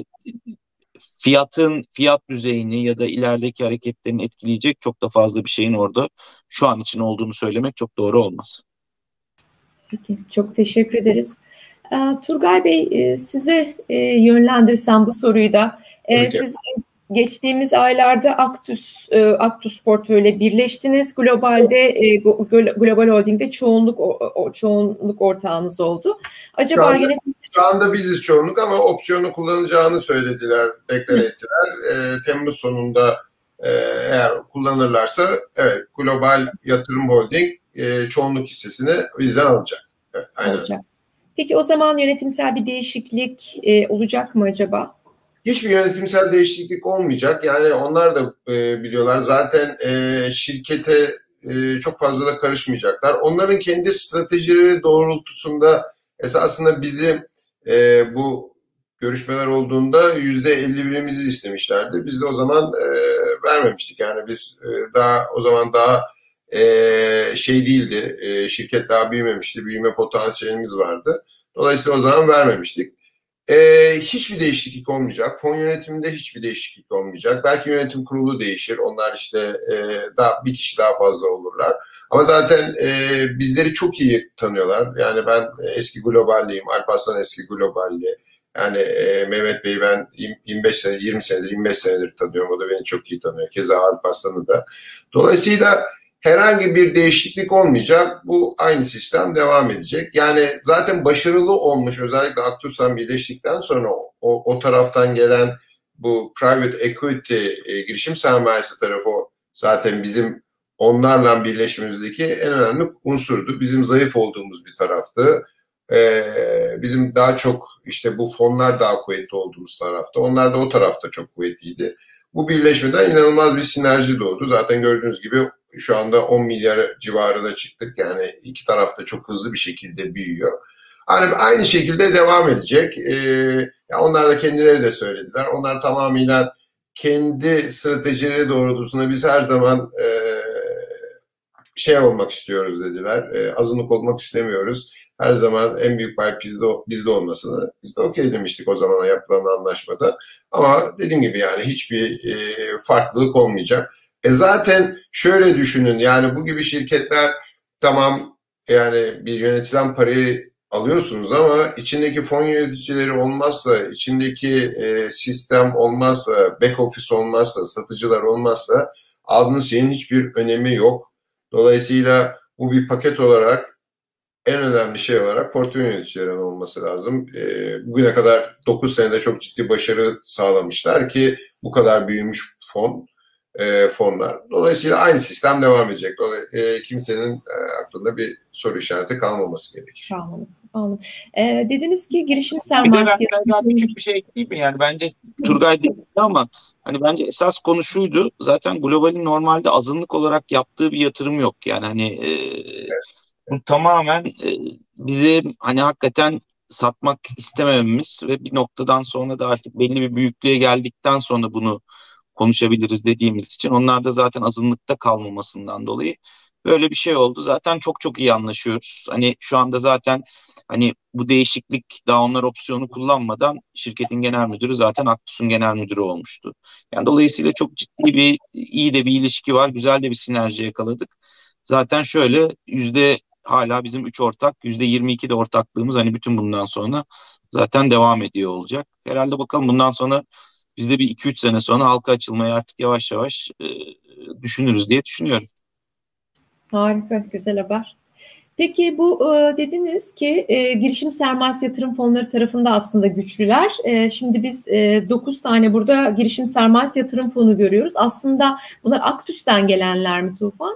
fiyatın fiyat düzeyini ya da ilerideki hareketlerini etkileyecek çok da fazla bir şeyin orada şu an için olduğunu söylemek çok doğru olmaz. Peki, çok teşekkür ederiz. Turgay Bey, size yönlendirsem bu soruyu da. Siz geçtiğimiz aylarda Aktus Aktus portföyle birleştiniz. Globalde Global Holding'de çoğunluk çoğunluk ortağınız oldu. Acaba şu anda, yönetim şu anda biziz çoğunluk ama opsiyonu kullanacağını söylediler, deklar ettiler. E, Temmuz sonunda e, eğer kullanırlarsa evet Global Yatırım Holding e, çoğunluk hissesini bizden alacak. Evet, aynen. Olacak. Peki o zaman yönetimsel bir değişiklik e, olacak mı acaba? Hiçbir yönetimsel değişiklik olmayacak. Yani onlar da e, biliyorlar. Zaten e, şirkete e, çok fazla da karışmayacaklar. Onların kendi stratejileri doğrultusunda esasında bizi e, bu görüşmeler olduğunda yüzde elli birimizi istemişlerdi. Biz de o zaman e, vermemiştik. Yani biz e, daha o zaman daha e, şey değildi. E, şirket daha büyümemişti. Büyüme potansiyelimiz vardı. Dolayısıyla o zaman vermemiştik. Ee, hiçbir değişiklik olmayacak. Fon yönetiminde hiçbir değişiklik olmayacak. Belki yönetim kurulu değişir. Onlar işte e, daha bir kişi daha fazla olurlar. Ama zaten e, bizleri çok iyi tanıyorlar. Yani ben eski globalliyim. Alparslan eski globalli. Yani e, Mehmet Bey'i ben yirmi beş senedir, yirmi senedir, yirmi beş senedir tanıyorum. O da beni çok iyi tanıyor. Keza Alparslan'ı da. Dolayısıyla herhangi bir değişiklik olmayacak. Bu aynı sistem devam edecek. Yani zaten başarılı olmuş, özellikle Aktusan birleştikten sonra o, o taraftan gelen bu private equity e, girişim sermayesi tarafı zaten bizim onlarla birleşmemizdeki en önemli unsurdu. Bizim zayıf olduğumuz bir taraftı. Ee, bizim daha çok işte bu fonlar daha kuvvetli olduğumuz tarafta. Onlar da o tarafta çok kuvvetliydi. Bu birleşmeden inanılmaz bir sinerji doğdu. Zaten gördüğünüz gibi şu anda on milyar civarına çıktık. Yani iki taraf da çok hızlı bir şekilde büyüyor. Hani aynı şekilde devam edecek. Ee, onlar da kendileri de söylediler. Onlar tamamıyla kendi stratejileri doğrultusunda biz her zaman e, şey olmak istiyoruz dediler. E, azınlık olmak istemiyoruz. Her zaman en büyük pay bizde, bizde olmasını biz de okey demiştik o zaman yapılan anlaşmada. Ama dediğim gibi yani hiçbir e, farklılık olmayacak. E zaten şöyle düşünün, yani bu gibi şirketler tamam, yani bir yönetilen parayı alıyorsunuz ama içindeki fon yöneticileri olmazsa, içindeki e, sistem olmazsa, back office olmazsa, satıcılar olmazsa aldığınız şeyin hiçbir önemi yok. Dolayısıyla bu bir paket olarak en önemli şey olarak portföy yöneticilerinin olması lazım. E, bugüne kadar dokuz senede çok ciddi başarı sağlamışlar ki bu kadar büyümüş fon e, fonlar. Dolayısıyla aynı sistem devam edecek. E, kimsenin e, aklında bir soru işareti kalmaması gerekir. Kalmaması. Anladım. E, dediniz ki girişim sermayesi. sermayesi. Bir de ben küçük bir şey ekleyeyim mi? Yani bence Turgay dedi ama hani bence esas konu şuydu. Zaten globalin normalde azınlık olarak yaptığı bir yatırım yok. Yani hani e, bu tamamen e, bize hani hakikaten satmak istemememiz ve bir noktadan sonra da artık belli bir büyüklüğe geldikten sonra bunu konuşabiliriz dediğimiz için, onlar da zaten azınlıkta kalmamasından dolayı böyle bir şey oldu. Zaten çok çok iyi anlaşıyoruz. Hani şu anda zaten hani bu değişiklik, daha onlar opsiyonu kullanmadan şirketin genel müdürü zaten Aktus'un genel müdürü olmuştu. Yani dolayısıyla çok ciddi bir, iyi de bir ilişki var. Güzel de bir sinerji yakaladık. Zaten şöyle yüzde hala bizim üç ortak, yüzde yirmi iki de ortaklığımız hani bütün bundan sonra zaten devam ediyor olacak. Herhalde bakalım bundan sonra biz de bir iki üç sene sonra halka açılmayı artık yavaş yavaş e, düşünürüz diye düşünüyorum. Harika, güzel haber. Peki bu e, dediniz ki e, girişim sermayesi yatırım fonları tarafında aslında güçlüler. E, şimdi biz e, dokuz tane burada girişim sermayesi yatırım fonu görüyoruz. Aslında bunlar Aktus'tan gelenler mi Tufan?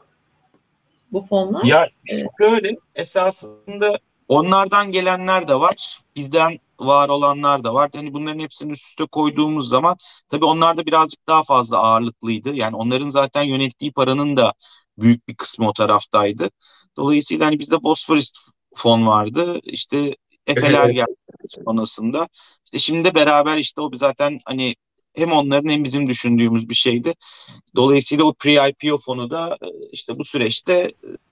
Bu fonlar? Ya şöyle, esasında onlardan gelenler de var, bizden var olanlar da var. Yani bunların hepsini üst üste koyduğumuz zaman tabii onlar da birazcık daha fazla ağırlıklıydı. Yani onların zaten yönettiği paranın da büyük bir kısmı o taraftaydı. Dolayısıyla hani bizde Bosphorus fon vardı. İşte Efeler geldi sonrasında. İşte şimdi de beraber işte o zaten hani hem onların hem bizim düşündüğümüz bir şeydi. Dolayısıyla o pre-I P O fonu da işte bu süreçte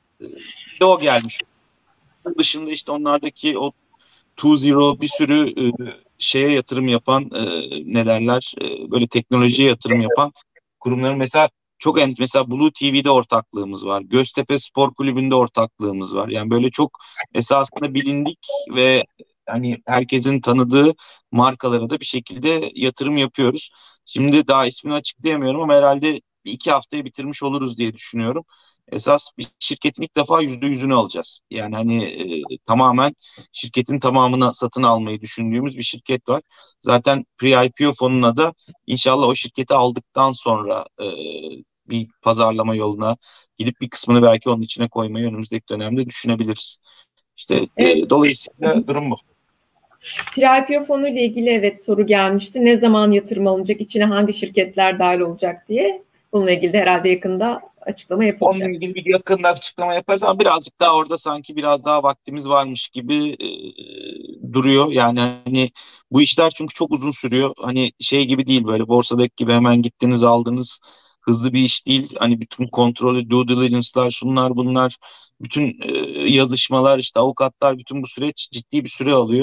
de o gelmiş. Bunun dışında işte onlardaki o iki zero bir sürü şeye yatırım yapan, ne derler, böyle teknolojiye yatırım yapan kurumların mesela çok en mesela Blue T V'de ortaklığımız var. Göztepe Spor Kulübü'nde ortaklığımız var. Yani böyle çok esasında bilindik ve hani herkesin tanıdığı markalara da bir şekilde yatırım yapıyoruz. Şimdi daha ismini açıklayamıyorum ama herhalde bir iki haftaya bitirmiş oluruz diye düşünüyorum. Esas bir şirketin ilk defa yüzde yüzünü alacağız. Yani hani e, tamamen şirketin tamamını satın almayı düşündüğümüz bir şirket var. Zaten pre-I P O fonuna da inşallah o şirketi aldıktan sonra e, bir pazarlama yoluna gidip bir kısmını belki onun içine koymayı önümüzdeki dönemde düşünebiliriz. İşte evet. e, dolayısıyla durum bu. Pre-I P O fonu ile ilgili evet soru gelmişti. Ne zaman yatırım alınacak, içine hangi şirketler dahil olacak diye. Bununla ilgili de herhalde yakında açıklama yapılacak. Onunla ilgili bir yakında açıklama yaparız ama birazcık daha orada sanki biraz daha vaktimiz varmış gibi e, duruyor. Yani hani bu işler çünkü çok uzun sürüyor. Hani şey gibi değil, böyle borsadaki gibi hemen gittiniz aldınız, hızlı bir iş değil. Hani bütün kontrolü, due diligence'lar, şunlar bunlar, bütün e, yazışmalar, işte avukatlar, bütün bu süreç ciddi bir süre alıyor.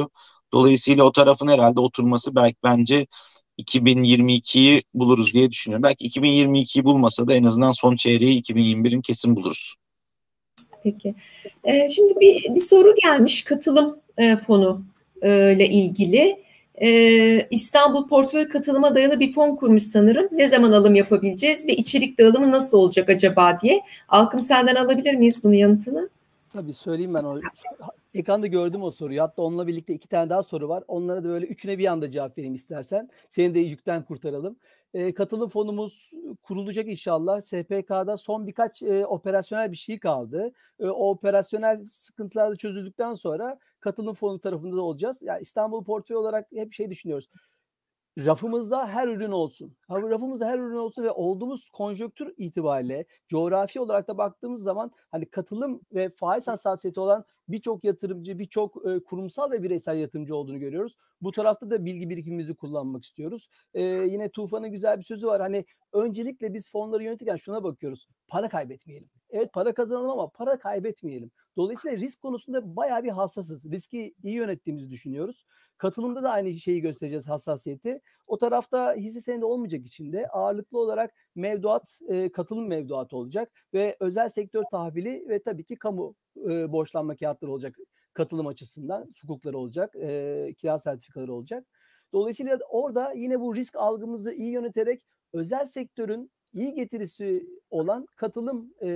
Dolayısıyla o tarafın herhalde oturması belki bence iki bin yirmi ikiyi buluruz diye düşünüyorum. Belki iki bin yirmi ikiyi bulmasa da en azından son çeyreği iki bin yirmi birin kesin buluruz. Peki. Ee, şimdi bir, bir soru gelmiş katılım e, fonu e, ile ilgili. Ee, İstanbul Portföy Katılıma dayalı bir fon kurmuş sanırım. Ne zaman alım yapabileceğiz ve içerik dağılımı nasıl olacak acaba diye. Alkım, senden alabilir miyiz bunun yanıtını? Tabii söyleyeyim ben o. Ekranda gördüm o soruyu. Hatta onunla birlikte iki tane daha soru var. Onlara da böyle üçüne bir anda cevap vereyim istersen. Seni de yükten kurtaralım. E, katılım fonumuz kurulacak inşallah. S P K'da son birkaç e, operasyonel bir şey kaldı. E, o operasyonel sıkıntılar da çözüldükten sonra katılım fonu tarafında da olacağız. Yani İstanbul Portföy olarak hep şey düşünüyoruz. Rafımızda her ürün olsun. Rafımızda her ürün olsun ve olduğumuz konjonktür itibariyle coğrafi olarak da baktığımız zaman hani katılım ve faiz hassasiyeti olan birçok yatırımcı, birçok e, kurumsal ve bireysel yatırımcı olduğunu görüyoruz. Bu tarafta da bilgi birikimimizi kullanmak istiyoruz. E, yine Tufan'ın güzel bir sözü var. Hani öncelikle biz fonları yönetirken şuna bakıyoruz. Para kaybetmeyelim. Evet, para kazanalım ama para kaybetmeyelim. Dolayısıyla risk konusunda bayağı bir hassasız. Riski iyi yönettiğimizi düşünüyoruz. Katılımda da aynı şeyi göstereceğiz, hassasiyeti. O tarafta hisse senedi olmayacak içinde ağırlıklı olarak mevduat, e, katılım mevduatı olacak ve özel sektör tahvili ve tabii ki kamu e, borçlanma kağıtları olacak katılım açısından. Hukukları olacak, e, kira sertifikaları olacak. Dolayısıyla orada yine bu risk algımızı iyi yöneterek özel sektörün iyi getirisi olan katılım e,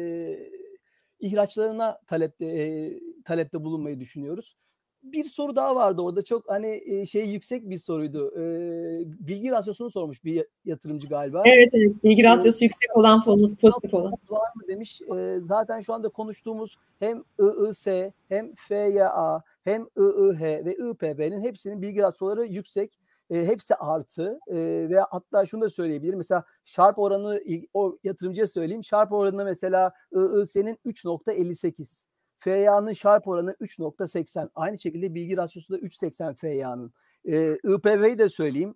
ihraçlarına talepte e, talepte bulunmayı düşünüyoruz. Bir soru daha vardı orada, çok hani şey yüksek bir soruydu. E, bilgi rasyosunu sormuş bir yatırımcı galiba. Evet, evet. Bilgi rasyosu e, yüksek olan fonumuz pozitif olan. Var mı demiş. E, zaten şu anda konuştuğumuz hem I I S hem F Y A hem I I H ve I P B'nin hepsinin bilgi rasyoları yüksek. E, hepsi artı e, ve hatta şunu da söyleyebilirim. Mesela Sharp oranı, o yatırımcıya söyleyeyim. Sharp oranı mesela I I S'nin üç nokta elli sekiz. F Y A'nın Sharp oranı üç nokta seksen. Aynı şekilde bilgi rasyosu da üç nokta seksen F Y A'nın. E, I P B'yi de söyleyeyim.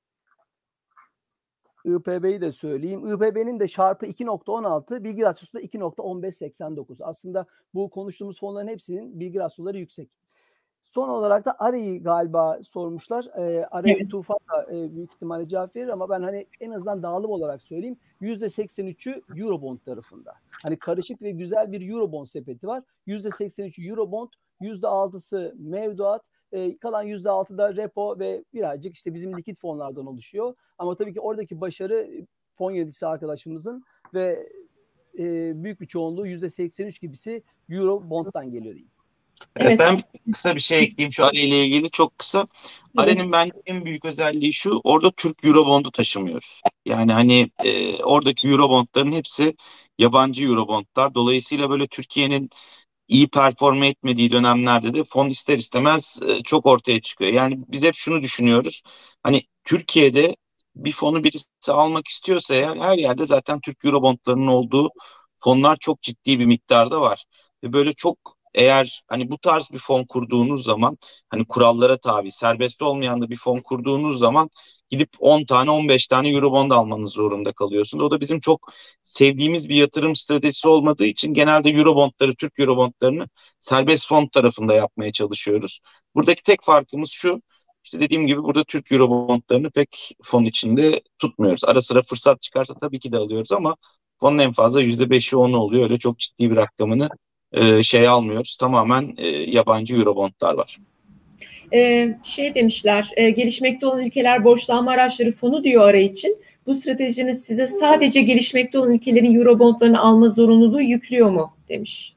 I P B'yi de söyleyeyim. I P B'nin de Sharp'ı iki nokta on altı, bilgi rasyosu da iki nokta on beş seksen dokuz. Aslında bu konuştuğumuz fonların hepsinin bilgi rasyoları yüksek. Son olarak da Aray'ı galiba sormuşlar. E, Aray'ı evet. Tufan da e, büyük ihtimalle cevap verir ama ben hani en azından dağılım olarak söyleyeyim. yüzde seksen üçü Eurobond tarafında. Hani karışık ve güzel bir Eurobond sepeti var. yüzde seksen üçü Eurobond, yüzde altısı mevduat, e, kalan yüzde altı da repo ve birazcık işte bizim likit fonlardan oluşuyor. Ama tabii ki oradaki başarı fon yöneticisi arkadaşımızın ve e, büyük bir çoğunluğu yüzde seksen üç gibisi Eurobond'dan geliyor diyeyim. Evet. Ben kısa bir şey ekleyeyim şu Are ile ilgili, çok kısa. Are'nin bence en büyük özelliği şu: orada Türk Eurobond'u taşımıyoruz. Yani hani e, oradaki Eurobond'ların hepsi yabancı Eurobond'lar. Dolayısıyla böyle Türkiye'nin iyi perform etmediği dönemlerde de fon ister istemez e, çok ortaya çıkıyor. Yani biz hep şunu düşünüyoruz. Hani Türkiye'de bir fonu birisi almak istiyorsa eğer, her yerde zaten Türk Eurobond'larının olduğu fonlar çok ciddi bir miktarda var. Ve böyle çok, eğer hani bu tarz bir fon kurduğunuz zaman, hani kurallara tabi, serbest olmayan da bir fon kurduğunuz zaman gidip on tane on beş tane Eurobond almanız zorunda kalıyorsunuz. O da bizim çok sevdiğimiz bir yatırım stratejisi olmadığı için genelde Eurobondları, Türk Eurobondlarını serbest fon tarafında yapmaya çalışıyoruz. Buradaki tek farkımız şu: İşte dediğim gibi burada Türk Eurobondlarını pek fon içinde tutmuyoruz. Ara sıra fırsat çıkarsa tabii ki de alıyoruz ama fonun en fazla yüzde beşi onu oluyor. Öyle çok ciddi bir rakamını e, şey almıyoruz. Tamamen e, yabancı Eurobondlar var. Ee, şey demişler, e, gelişmekte olan ülkeler borçlanma araçları fonu diyor Ara için. Bu stratejiniz size sadece gelişmekte olan ülkelerin Eurobondlarını alma zorunluluğu yüklüyor mu demiş.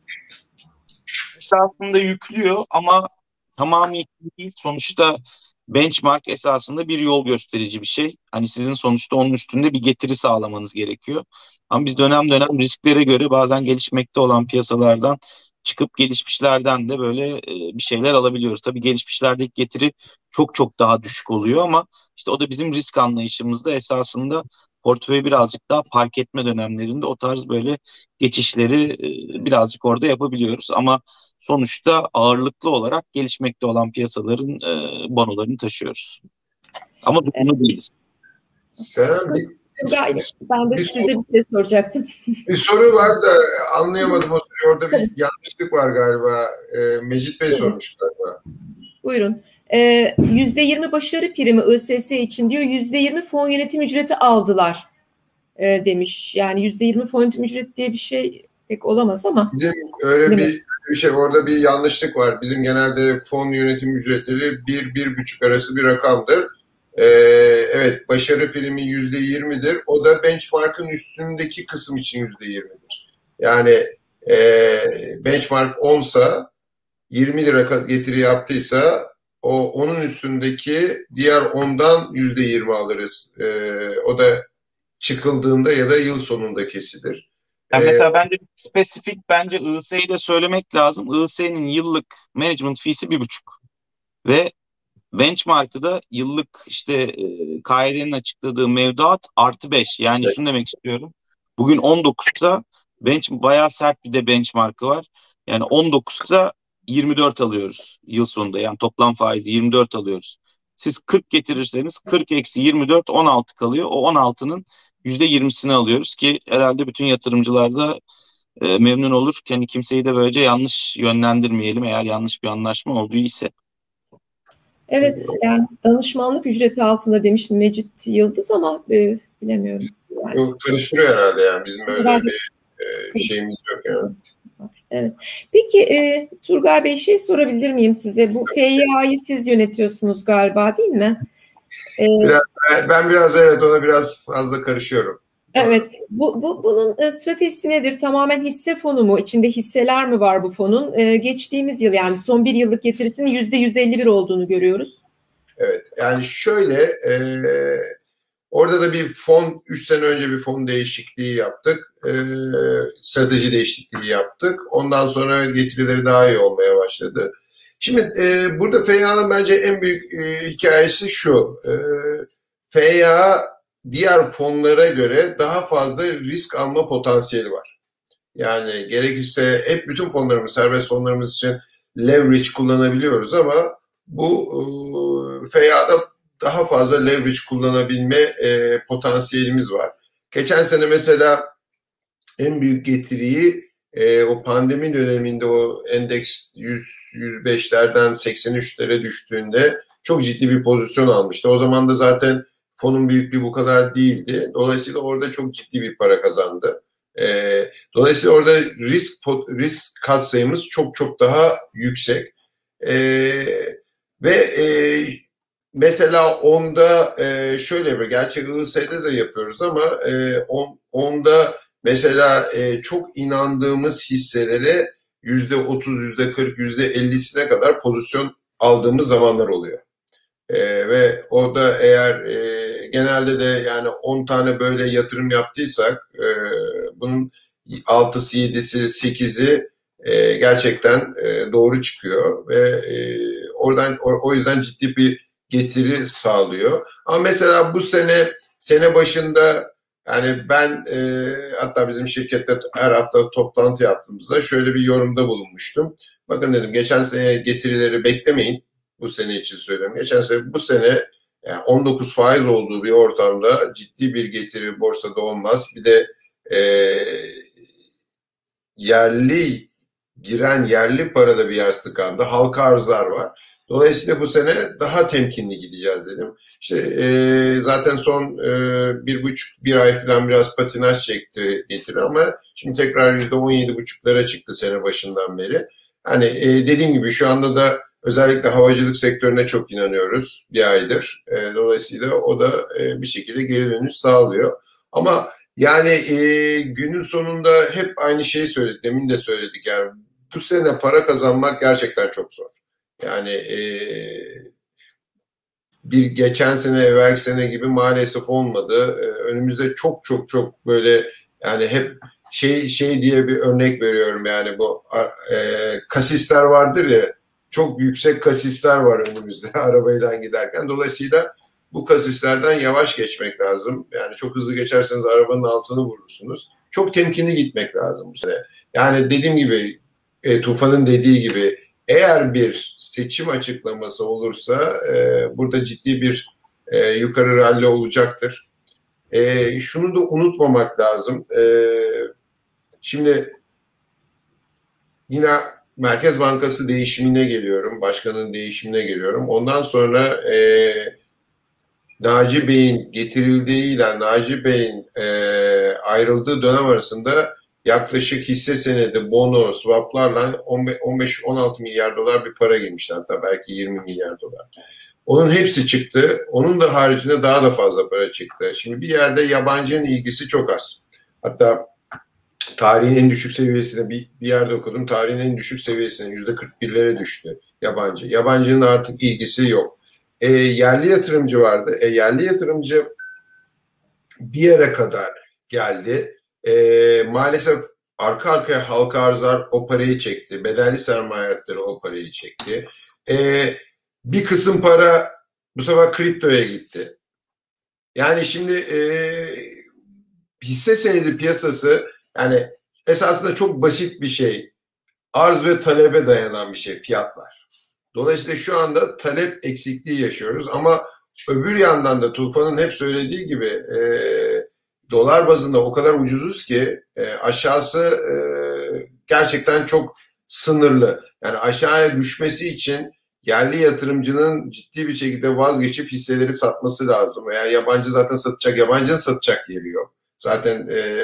Esasında yüklüyor ama tamamı değil. Sonuçta benchmark esasında bir yol gösterici bir şey. Hani sizin sonuçta onun üstünde bir getiri sağlamanız gerekiyor. Ama biz dönem dönem risklere göre bazen gelişmekte olan piyasalardan çıkıp gelişmişlerden de böyle e, bir şeyler alabiliyoruz. Tabii gelişmişlerdeki getiri çok çok daha düşük oluyor ama işte o da bizim risk anlayışımızda esasında portföyü birazcık daha park etme dönemlerinde o tarz böyle geçişleri e, birazcık orada yapabiliyoruz. Ama sonuçta ağırlıklı olarak gelişmekte olan piyasaların e, bonolarını taşıyoruz. Ama bunu değiliz. Serhan, bir, ben de bir size soru, bir şey soracaktım. Bir soru var da anlayamadım o soruyu. Orada bir yanlışlık var galiba. E, Mecit Bey sormuş galiba. Buyurun. yüzde yirmi başarı primi I S S için diyor, yüzde yirmi fon yönetim ücreti aldılar e, demiş. Yani yüzde yirmi fon yönetim ücreti diye bir şey pek olamaz ama. Bizim öyle bir, bir şey, orada bir yanlışlık var. Bizim genelde fon yönetim ücretleri bir, bir buçuk arası bir rakamdır. Ee, evet, başarı primi yüzde yirmidir. O da benchmark'ın üstündeki kısım için yüzde yirmidir. Yani e, benchmark onsa, yirmi lira getiri yaptıysa o onun üstündeki diğer ondan yüzde yirmi alırız. Ee, o da çıkıldığında ya da yıl sonunda kesilir. Yani mesela bence spesifik, bence I S'yi de söylemek lazım. I S'nin yıllık management fee'si bir buçuk ve benchmark'ı da yıllık işte e, K Y D'nin açıkladığı mevduat artı beş. Yani evet. Şunu demek istiyorum. Bugün on dokuzsa bench bayağı sert bir de benchmark'ı var. Yani on dokuzsa yirmi dört alıyoruz yıl sonunda. Yani toplam faizi yirmi dört alıyoruz. Siz kırk getirirseniz kırk eksi yirmi dört on altı kalıyor. O on altının yüzde yirmisini alıyoruz ki herhalde bütün yatırımcılar da e, memnun olur. Yani kimseyi de böylece yanlış yönlendirmeyelim eğer yanlış bir anlaşma olduğu ise. Evet, yani danışmanlık ücreti altında demiş Mecit Yıldız ama e, bilemiyorum. Yani. Yok, karıştırıyor herhalde yani bizim öyle herhalde bir e, şeyimiz yok yani. Evet. Peki e, Turgay Bey, şey sorabilir miyim size? Bu F Y A'yı siz yönetiyorsunuz galiba, değil mi? Ee, biraz, ben biraz evet ona biraz fazla karışıyorum. Evet. Bu, bu bunun stratejisi nedir? Tamamen hisse fonu mu? İçinde hisseler mi var bu fonun? Ee, geçtiğimiz yıl, yani son bir yıllık getirisinin yüzde yüz elli bir olduğunu görüyoruz. Evet. Yani şöyle e, orada da bir fon, üç sene önce bir fon değişikliği yaptık. E, strateji değişikliği yaptık. Ondan sonra getirileri daha iyi olmaya başladı. Şimdi e, burada F Y A'nın bence en büyük e, hikayesi şu. E, F Y A diğer fonlara göre daha fazla risk alma potansiyeli var. Yani gerekirse hep bütün fonlarımız, serbest fonlarımız için leverage kullanabiliyoruz ama bu e, F Y A'da daha fazla leverage kullanabilme e, potansiyelimiz var. Geçen sene mesela en büyük getiriyi e, o pandemi döneminde o endeks yüz yüz beşlerden seksen üçlere düştüğünde çok ciddi bir pozisyon almıştı. O zaman da zaten fonun büyüklüğü bu kadar değildi. Dolayısıyla orada çok ciddi bir para kazandı. E, dolayısıyla orada risk risk katsayımız çok çok daha yüksek. E, ve e, mesela onda e, şöyle bir, gerçi I S'de de yapıyoruz ama e, on, onda mesela e, çok inandığımız hisselere yüzde otuz, yüzde kırk, yüzde ellisine kadar pozisyon aldığımız zamanlar oluyor. E, ve orada eğer e, genelde de yani on tane böyle yatırım yaptıysak e, bunun altısı, yedisi, sekizi e, gerçekten e, doğru çıkıyor ve e, oradan o, o yüzden ciddi bir getiri sağlıyor. Ama mesela bu sene sene başında yani ben e, hatta bizim şirkette her hafta toplantı yaptığımızda şöyle bir yorumda bulunmuştum. Bakın dedim, geçen sene getirileri beklemeyin. Bu sene için söylüyorum. Geçen sene, bu sene yani on dokuz faiz olduğu bir ortamda ciddi bir getiri borsada olmaz. Bir de e, yerli giren yerli parada bir yastıkanda halka arzlar var. Dolayısıyla bu sene daha temkinli gideceğiz dedim. İşte e, zaten son e, bir buçuk bir ay falan biraz patinaj çekti getiri ama şimdi tekrar yüzde on yedi buçuklara çıktı sene başından beri. Hani e, dediğim gibi şu anda da özellikle havacılık sektörüne çok inanıyoruz bir aydır. E, dolayısıyla o da e, bir şekilde geri dönüş sağlıyor. Ama yani e, günün sonunda hep aynı şeyi söyledik. Demin de söyledik yani bu sene para kazanmak gerçekten çok zor. Yani e, bir geçen sene, evvelki sene gibi maalesef olmadı. E, önümüzde çok çok çok böyle yani hep şey şey diye bir örnek veriyorum yani bu e, kasisler vardır ya, çok yüksek kasisler var önümüzde arabayla giderken. Dolayısıyla bu kasislerden yavaş geçmek lazım. Yani çok hızlı geçerseniz arabanın altını vurursunuz. Çok temkinli gitmek lazım bu sene. Yani dediğim gibi e, Tufan'ın dediği gibi eğer bir seçim açıklaması olursa e, burada ciddi bir e, yukarı rally olacaktır. E, şunu da unutmamak lazım. E, şimdi yine Merkez Bankası değişimine geliyorum, başkanın değişimine geliyorum. Ondan sonra e, Naci Bey'in getirildiğiyle Naci Bey'in e, ayrıldığı dönem arasında yaklaşık hisse senedi, bono, swaplarla on beş on altı milyar dolar bir para girmişti, hatta belki yirmi milyar dolar. Onun hepsi çıktı. Onun da haricinde daha da fazla para çıktı. Şimdi bir yerde yabancının ilgisi çok az. Hatta tarihin en düşük seviyesine bir, bir yerde okudum. Tarihin en düşük seviyesine yüzde kırk birlere düştü yabancı. Yabancının artık ilgisi yok. E, yerli yatırımcı vardı. E, yerli yatırımcı bir yere kadar geldi. E, maalesef arka arkaya halka arzlar o parayı çekti. Bedelli sermayeleri o parayı çekti. E, bir kısım para bu sefer kriptoya gitti. Yani şimdi e, hisse senedi piyasası yani esasında çok basit bir şey. Arz ve talebe dayanan bir şey, fiyatlar. Dolayısıyla şu anda talep eksikliği yaşıyoruz ama öbür yandan da Tufan'ın hep söylediği gibi e, dolar bazında o kadar ucuzuz ki e, aşağısı e, gerçekten çok sınırlı. Yani aşağıya düşmesi için yerli yatırımcının ciddi bir şekilde vazgeçip hisseleri satması lazım. Veya yabancı zaten satacak, yabancının satacak yeri yok. Zaten e,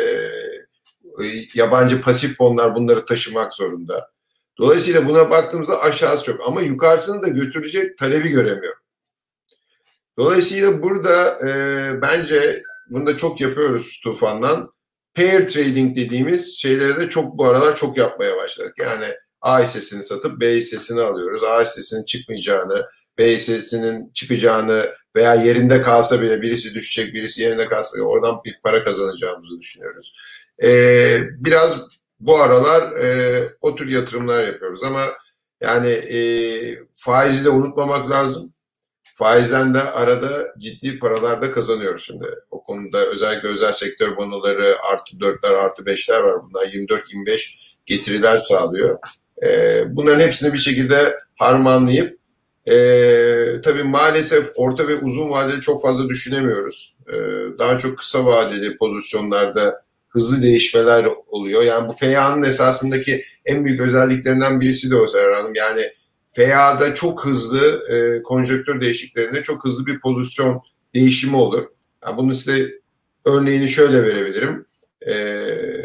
yabancı pasif fonlar bunları taşımak zorunda. Dolayısıyla buna baktığımızda aşağısı çok ama yukarısını da götürecek talebi göremiyorum. Dolayısıyla burada e, bence bunu da çok yapıyoruz Tufan'dan. Pair trading dediğimiz şeyleri de çok bu aralar çok yapmaya başladık. Yani A hissesini satıp B hissesini alıyoruz. A hissesinin çıkmayacağını, B hissesinin çıkacağını veya yerinde kalsa bile birisi düşecek, birisi yerinde kalsa oradan bir para kazanacağımızı düşünüyoruz. Ee, biraz bu aralar e, o tür yatırımlar yapıyoruz ama yani e, faizi de unutmamak lazım. Faizden de arada ciddi paralar da kazanıyoruz şimdi. O konuda özellikle özel sektör bonoları artı dörtler artı beşler var. Bunlar yirmi dört yirmi beş getiriler sağlıyor. Ee, bunların hepsini bir şekilde harmanlayıp e, tabii maalesef orta ve uzun vadeli çok fazla düşünemiyoruz. Ee, daha çok kısa vadeli pozisyonlarda hızlı değişmeler oluyor. Yani bu F E A'nın esasındaki en büyük özelliklerinden birisi de o Serhan Hanım. Yani F E A'da çok hızlı e, konjonktür değişikliklerinde çok hızlı bir pozisyon değişimi olur. Yani bunu size örneğini şöyle verebilirim. E,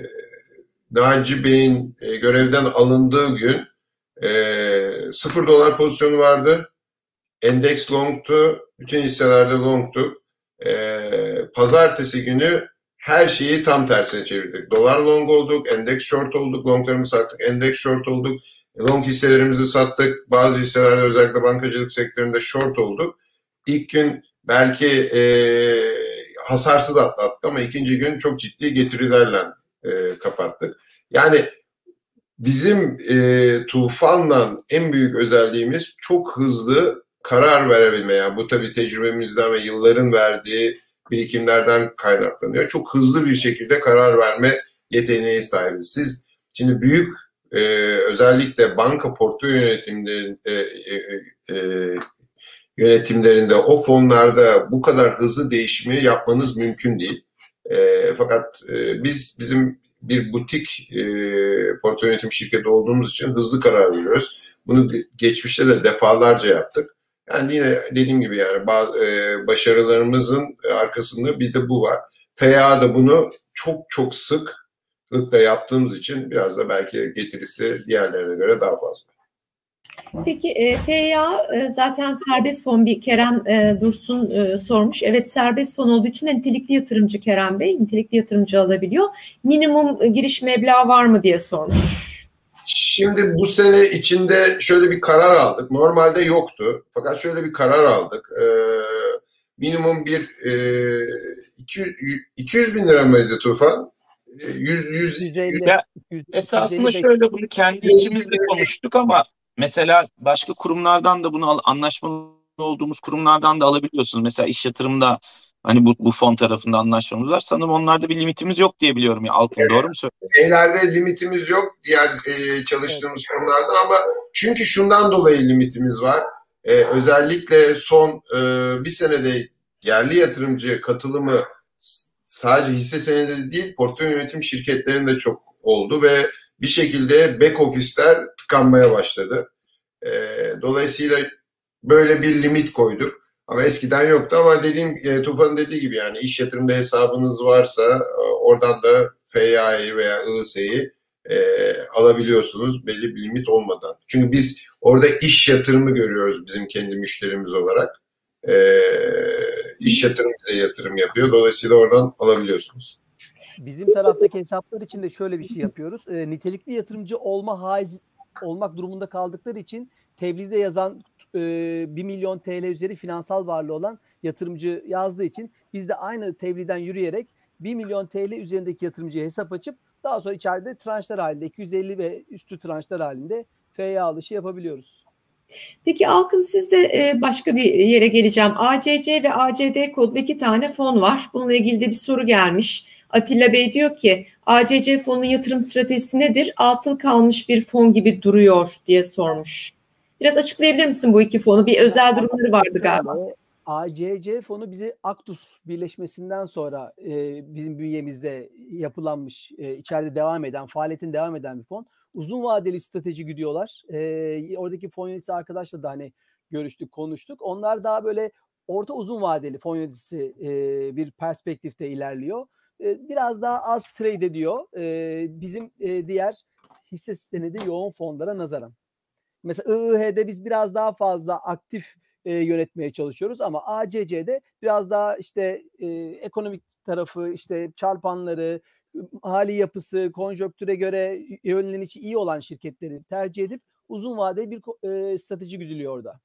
Naci Bey'in e, görevden alındığı gün e, sıfır dolar pozisyonu vardı. Endeks longtu. Bütün hisselerde longtu. E, pazartesi günü her şeyi tam tersine çevirdik. Dolar long olduk, endeks short olduk, longlarımızı sattık, endeks short olduk. Long hisselerimizi sattık. Bazı hisselerde özellikle bankacılık sektöründe short olduk. İlk gün belki e, hasarsız atlattık ama ikinci gün çok ciddi getirilerle e, kapattık. Yani bizim e, Tufan'la en büyük özelliğimiz çok hızlı karar verebilme. Yani bu tabii tecrübemizden ve yılların verdiği birikimlerden kaynaklanıyor. Çok hızlı bir şekilde karar verme yeteneği sahibiz. Siz şimdi büyük e, özellikle banka portföy yönetimleri, e, e, e, yönetimlerinde o fonlarda bu kadar hızlı değişimi yapmanız mümkün değil. E, fakat e, biz bizim bir butik e, portföy yönetim şirketi olduğumuz için hızlı karar veriyoruz. Bunu geçmişte de defalarca yaptık. Yani yine dediğim gibi yani bazı e, başarılarımızın arkasında bir de bu var. F E A da bunu çok çok sıklıkla yaptığımız için biraz da belki getirisi diğerlerine göre daha fazla. Peki e, F E A e, zaten serbest fon, bir Kerem e, Dursun e, sormuş. Evet, serbest fon olduğu için nitelikli yatırımcı Kerem Bey, nitelikli yatırımcı alabiliyor. Minimum e, giriş meblağı var mı diye sormuş. Şimdi bu sene içinde şöyle bir karar aldık. Normalde yoktu. Fakat şöyle bir karar aldık. Ee, minimum bir e, iki yüz bin lira mıydı Tufan? yüz, yüz, yüz elli. Ya, esasında şöyle bunu kendi içimizde konuştuk ama mesela başka kurumlardan da bunu anlaşmalı olduğumuz kurumlardan da alabiliyorsunuz. Mesela iş yatırımda hani bu, bu fon tarafında anlaşmamız var. Sanırım onlarda bir limitimiz yok diye biliyorum ya. Alkın, evet. Doğru mu söylüyorsun? Şeylerde limitimiz yok diğer e, çalıştığımız evet. konularda ama çünkü şundan dolayı limitimiz var. E, özellikle son e, bir senede yerli yatırımcı katılımı sadece hisse senedi değil portföy yönetim şirketlerinde çok oldu ve bir şekilde back ofisler tıkanmaya başladı. E, dolayısıyla böyle bir limit koyduk. Ama eskiden yoktu ama dediğim e, Tufan'ın dediği gibi yani iş yatırımda hesabınız varsa e, oradan da F Y'yi veya I S'yi e, alabiliyorsunuz belli bir limit olmadan. Çünkü biz orada iş yatırımı görüyoruz bizim kendi müşterimiz olarak. E, iş yatırım bize yatırım yapıyor. Dolayısıyla oradan alabiliyorsunuz. Bizim taraftaki hesaplar için de şöyle bir şey yapıyoruz. E, nitelikli yatırımcı olma haiz olmak durumunda kaldıkları için tebliğde yazan bir milyon T L üzeri finansal varlığı olan yatırımcı yazdığı için biz de aynı tebliğden yürüyerek bir milyon T L üzerindeki yatırımcıya hesap açıp daha sonra içeride tranşlar halinde iki yüz elli ve üstü tranşlar halinde F Y alışı yapabiliyoruz. Peki Alkım, siz de başka bir yere geleceğim. A C C ve A C D kodlu iki tane fon var. Bununla ilgili de bir soru gelmiş. Atilla Bey diyor ki A C C fonun yatırım stratejisi nedir? Atıl kalmış bir fon gibi duruyor diye sormuş. Biraz açıklayabilir misin bu iki fonu? Bir özel durumları vardı galiba. A C C fonu bizi Aktus birleşmesinden sonra e, bizim bünyemizde yapılanmış, e, içeride devam eden, faaliyetin devam eden bir fon. Uzun vadeli strateji gidiyorlar. E, oradaki fon yöneticisi arkadaşla da hani görüştük, konuştuk. Onlar daha böyle orta uzun vadeli fon yöneticisi e, bir perspektifte ilerliyor. E, biraz daha az trade ediyor. E, bizim e, diğer hisse senedi yoğun fonlara nazaran. Mesela I I H'de biz biraz daha fazla aktif e, yönetmeye çalışıyoruz ama A C C'de biraz daha işte e, ekonomik tarafı, işte çarpanları, hali yapısı, konjonktüre göre yönlenici iyi olan şirketleri tercih edip uzun vadeli bir e, strateji güdülüyor orada.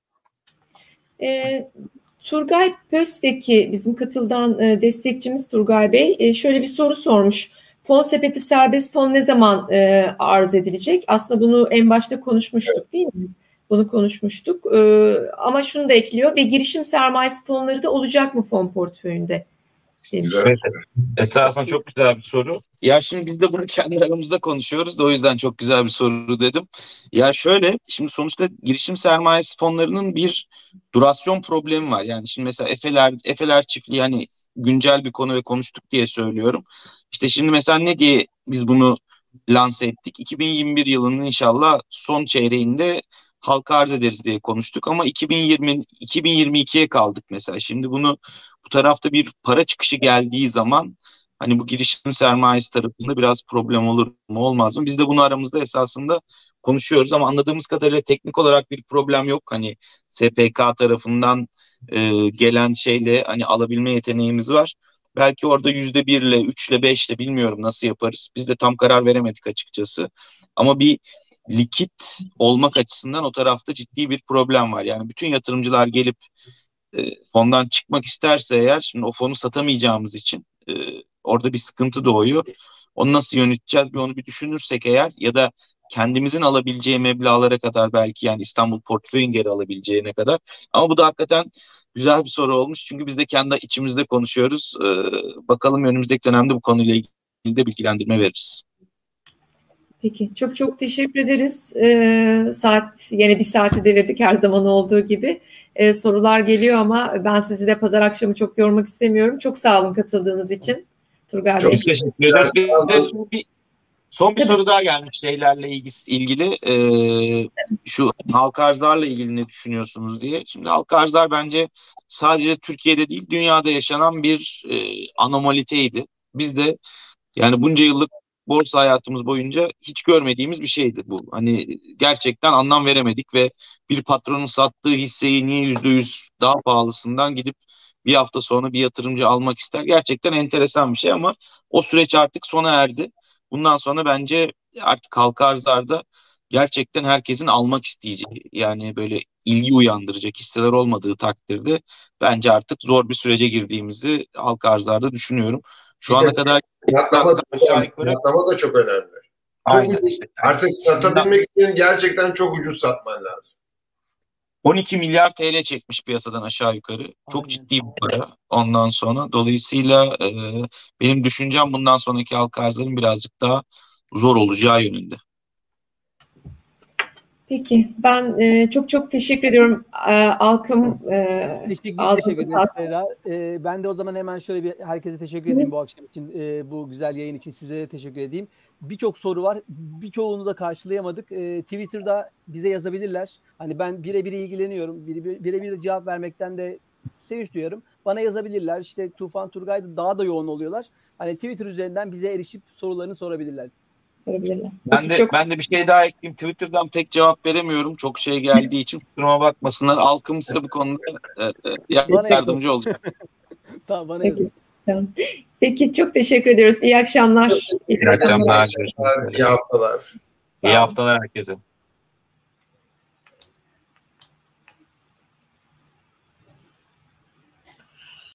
E, Turgay Pösteki, bizim katıldan e, destekçimiz Turgay Bey e, şöyle bir soru sormuş. Fon sepeti serbest fon ne zaman e, arz edilecek? Aslında bunu en başta konuşmuştuk değil mi? Bunu konuşmuştuk. E, ama şunu da ekliyor ve girişim sermayesi fonları da olacak mı fon portföyünde? Demiş. Evet, etrafına çok güzel bir soru. Ya şimdi biz de bunu kendi aramızda konuşuyoruz da o yüzden çok güzel bir soru dedim. Ya şöyle, şimdi sonuçta girişim sermayesi fonlarının bir durasyon problemi var. Yani şimdi mesela Efeler, Efeler çiftliği hani güncel bir konu ve konuştuk diye söylüyorum. İşte şimdi mesela ne diye biz bunu lanse ettik? iki bin yirmi bir yılının inşallah son çeyreğinde halka arz ederiz diye konuştuk ama iki bin yirmi iki bin yirmi ikiye kaldık mesela. Şimdi bunu bu tarafta bir para çıkışı geldiği zaman hani bu girişim sermayesi tarafında biraz problem olur mu olmaz mı? Biz de bunu aramızda esasında konuşuyoruz ama anladığımız kadarıyla teknik olarak bir problem yok. Hani S P K tarafından e, gelen şeyle hani alabilme yeteneğimiz var. Belki orada yüzde birle, üçle, beşle bilmiyorum nasıl yaparız. Biz de tam karar veremedik açıkçası. Ama bir likit olmak açısından o tarafta ciddi bir problem var. Yani bütün yatırımcılar gelip e, fondan çıkmak isterse eğer, şimdi o fonu satamayacağımız için e, orada bir sıkıntı doğuyor. Onu nasıl yöneteceğiz bir onu bir düşünürsek eğer ya da kendimizin alabileceği meblağlara kadar belki yani İstanbul portföyün geri alabileceğine kadar. Ama bu da hakikaten güzel bir soru olmuş. Çünkü biz de kendi içimizde konuşuyoruz. E, bakalım önümüzdeki dönemde bu konuyla ilgili de bilgilendirme veririz. Peki, çok çok teşekkür ederiz. Ee, saat yine bir saati devirdik her zaman olduğu gibi. Ee, sorular geliyor ama ben sizi de pazar akşamı çok yormak istemiyorum. Çok sağ olun katıldığınız için Turgay Bey. Çok teşekkür ederiz. Bize son bir, son bir soru daha gelmiş şeylerle ilgili. Ee, şu halka arzlarla ilgili ne düşünüyorsunuz diye. Şimdi halka arzlar bence sadece Türkiye'de değil dünyada yaşanan bir e, anomaliteydi. Biz de yani bunca yıllık borsa hayatımız boyunca hiç görmediğimiz bir şeydi bu. Hani gerçekten anlam veremedik ve bir patronun sattığı hisseyi niye yüzde yüz daha pahalısından gidip bir hafta sonra bir yatırımcı almak ister. Gerçekten enteresan bir şey ama o süreç artık sona erdi. Bundan sonra bence artık halka arzlarda gerçekten herkesin almak isteyeceği yani böyle ilgi uyandıracak hisseler olmadığı takdirde bence artık zor bir sürece girdiğimizi halka arzlarda düşünüyorum. Şu ana kadar fiyatlama da çok önemli. Çok ucuz, artık satabilmek için gerçekten çok ucuz satman lazım. on iki milyar T L çekmiş piyasadan aşağı yukarı. Çok Aynen. ciddi bir para ondan sonra. Dolayısıyla e, benim düşüncem bundan sonraki halka arzların birazcık daha zor olacağı yönünde. Peki, ben e, çok çok teşekkür ediyorum e, Alkım. E, teşekkür, teşekkür ederim Serra. E, ben de o zaman hemen şöyle bir herkese teşekkür edeyim bu akşam için, e, bu güzel yayın için size de teşekkür edeyim. Birçok soru var, birçoğunu da karşılayamadık. E, Twitter'da bize yazabilirler. Hani ben birebir ilgileniyorum, birebir bire de cevap vermekten de sevinç duyuyorum. Bana yazabilirler. İşte Tufan Turgay'da daha da yoğun oluyorlar. Hani Twitter üzerinden bize erişip sorularını sorabilirler. Ben de çok... ben de bir şey daha ekleyeyim. Twitter'dan tek cevap veremiyorum. Çok şey geldiği için kusuruma bakmasınlar. Alkım size bu konuda e, e, yardımcı olacak. Tamam, bana yazın. Tamam. Peki, çok teşekkür ediyoruz. İyi akşamlar. İyi akşamlar. İyi haftalar. İyi haftalar herkese.